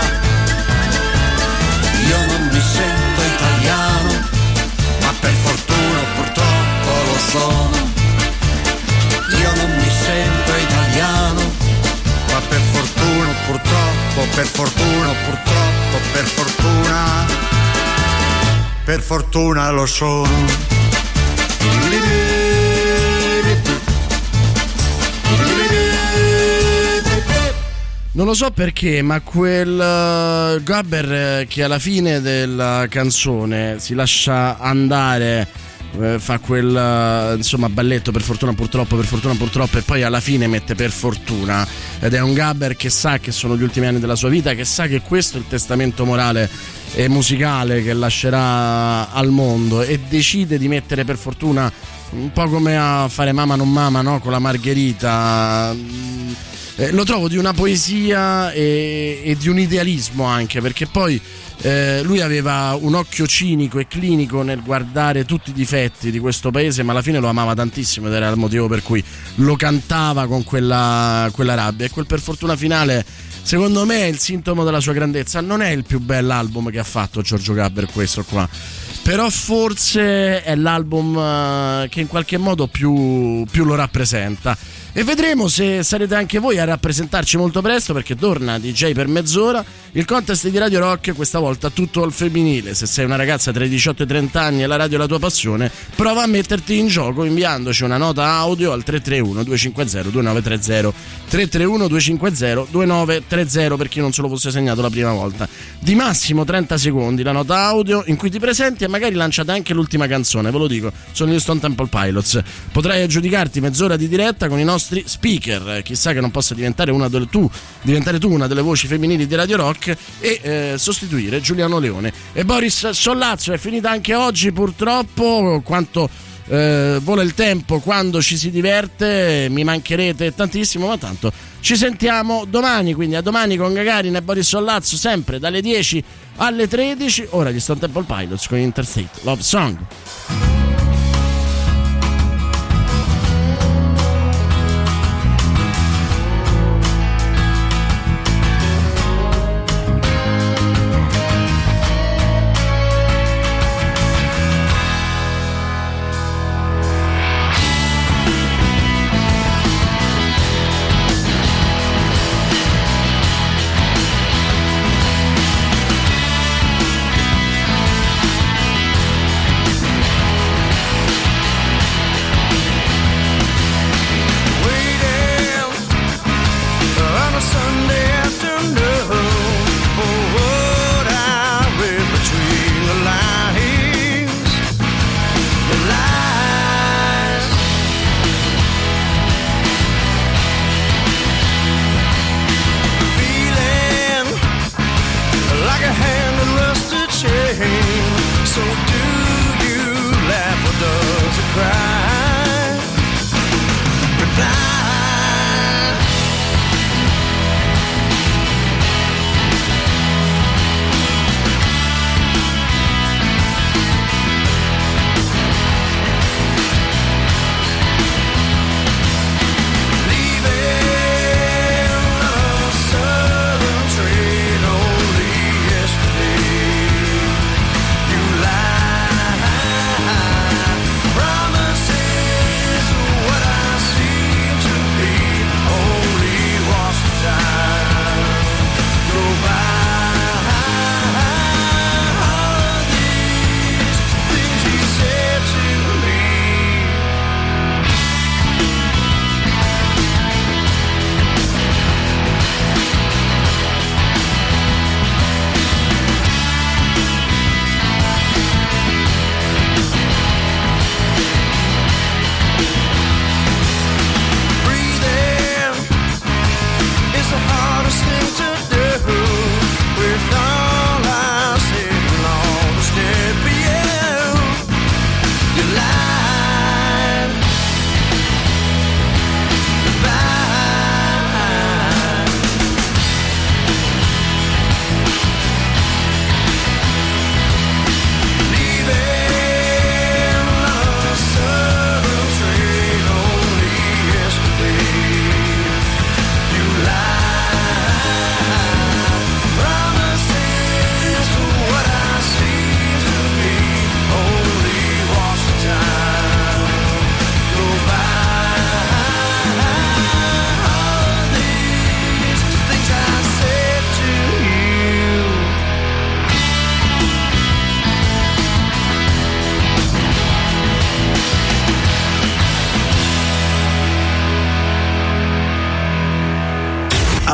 Io non mi sento italiano, ma per fortuna purtroppo lo sono. Io non mi sento italiano, ma per fortuna purtroppo, per fortuna purtroppo, per fortuna lo sono. Non lo so perché, ma quel Gabber che alla fine della canzone si lascia andare, fa quel insomma balletto per fortuna purtroppo e poi alla fine mette per fortuna, ed è un Gabber che sa che sono gli ultimi anni della sua vita, che sa che questo è il testamento morale e musicale che lascerà al mondo, e decide di mettere per fortuna, un po' come a fare Mama non mama, no? Con la Margherita. Lo trovo di una poesia e di un idealismo anche, perché poi lui aveva un occhio cinico e clinico nel guardare tutti i difetti di questo paese, ma alla fine lo amava tantissimo ed era il motivo per cui lo cantava con quella rabbia. E quel per fortuna finale, secondo me, è il sintomo della sua grandezza. Non è il più bell'album che ha fatto Giorgio Gabber questo qua, però forse è l'album che in qualche modo più lo rappresenta. E vedremo se sarete anche voi a rappresentarci molto presto, perché torna DJ per mezz'ora, il contest di Radio Rock, questa volta tutto al femminile. Se sei una ragazza tra i 18 e i 30 anni e la radio è la tua passione, prova a metterti in gioco inviandoci una nota audio al 331 250 2930, 331 250 2930, per chi non se lo fosse segnato la prima volta. Di massimo 30 secondi la nota audio in cui ti presenti e magari lanciate anche l'ultima canzone, ve lo dico, sono gli Stone Temple Pilots. Potrai aggiudicarti mezz'ora di diretta con i nostri speaker, chissà che non possa diventare tu una delle voci femminili di Radio Rock e sostituire Giuliano Leone. E Boris Sollazzo, è finita anche oggi purtroppo. Quanto vola il tempo quando ci si diverte, mi mancherete tantissimo, ma tanto ci sentiamo domani, quindi a domani con Gagarin e Boris Sollazzo, sempre dalle 10 alle 13. Ora gli Stone Temple Pilots con Interstate Love Song.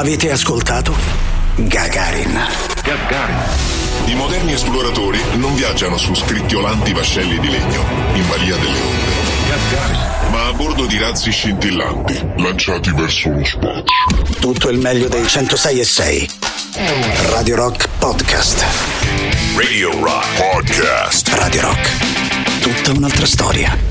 Avete ascoltato Gagarin. I moderni esploratori non viaggiano su scricchiolanti vascelli di legno in balia delle onde, ma a bordo di razzi scintillanti lanciati verso lo spazio. Tutto il meglio dei 106.6. Radio Rock Podcast. Radio Rock Podcast. Radio Rock. Tutta un'altra storia.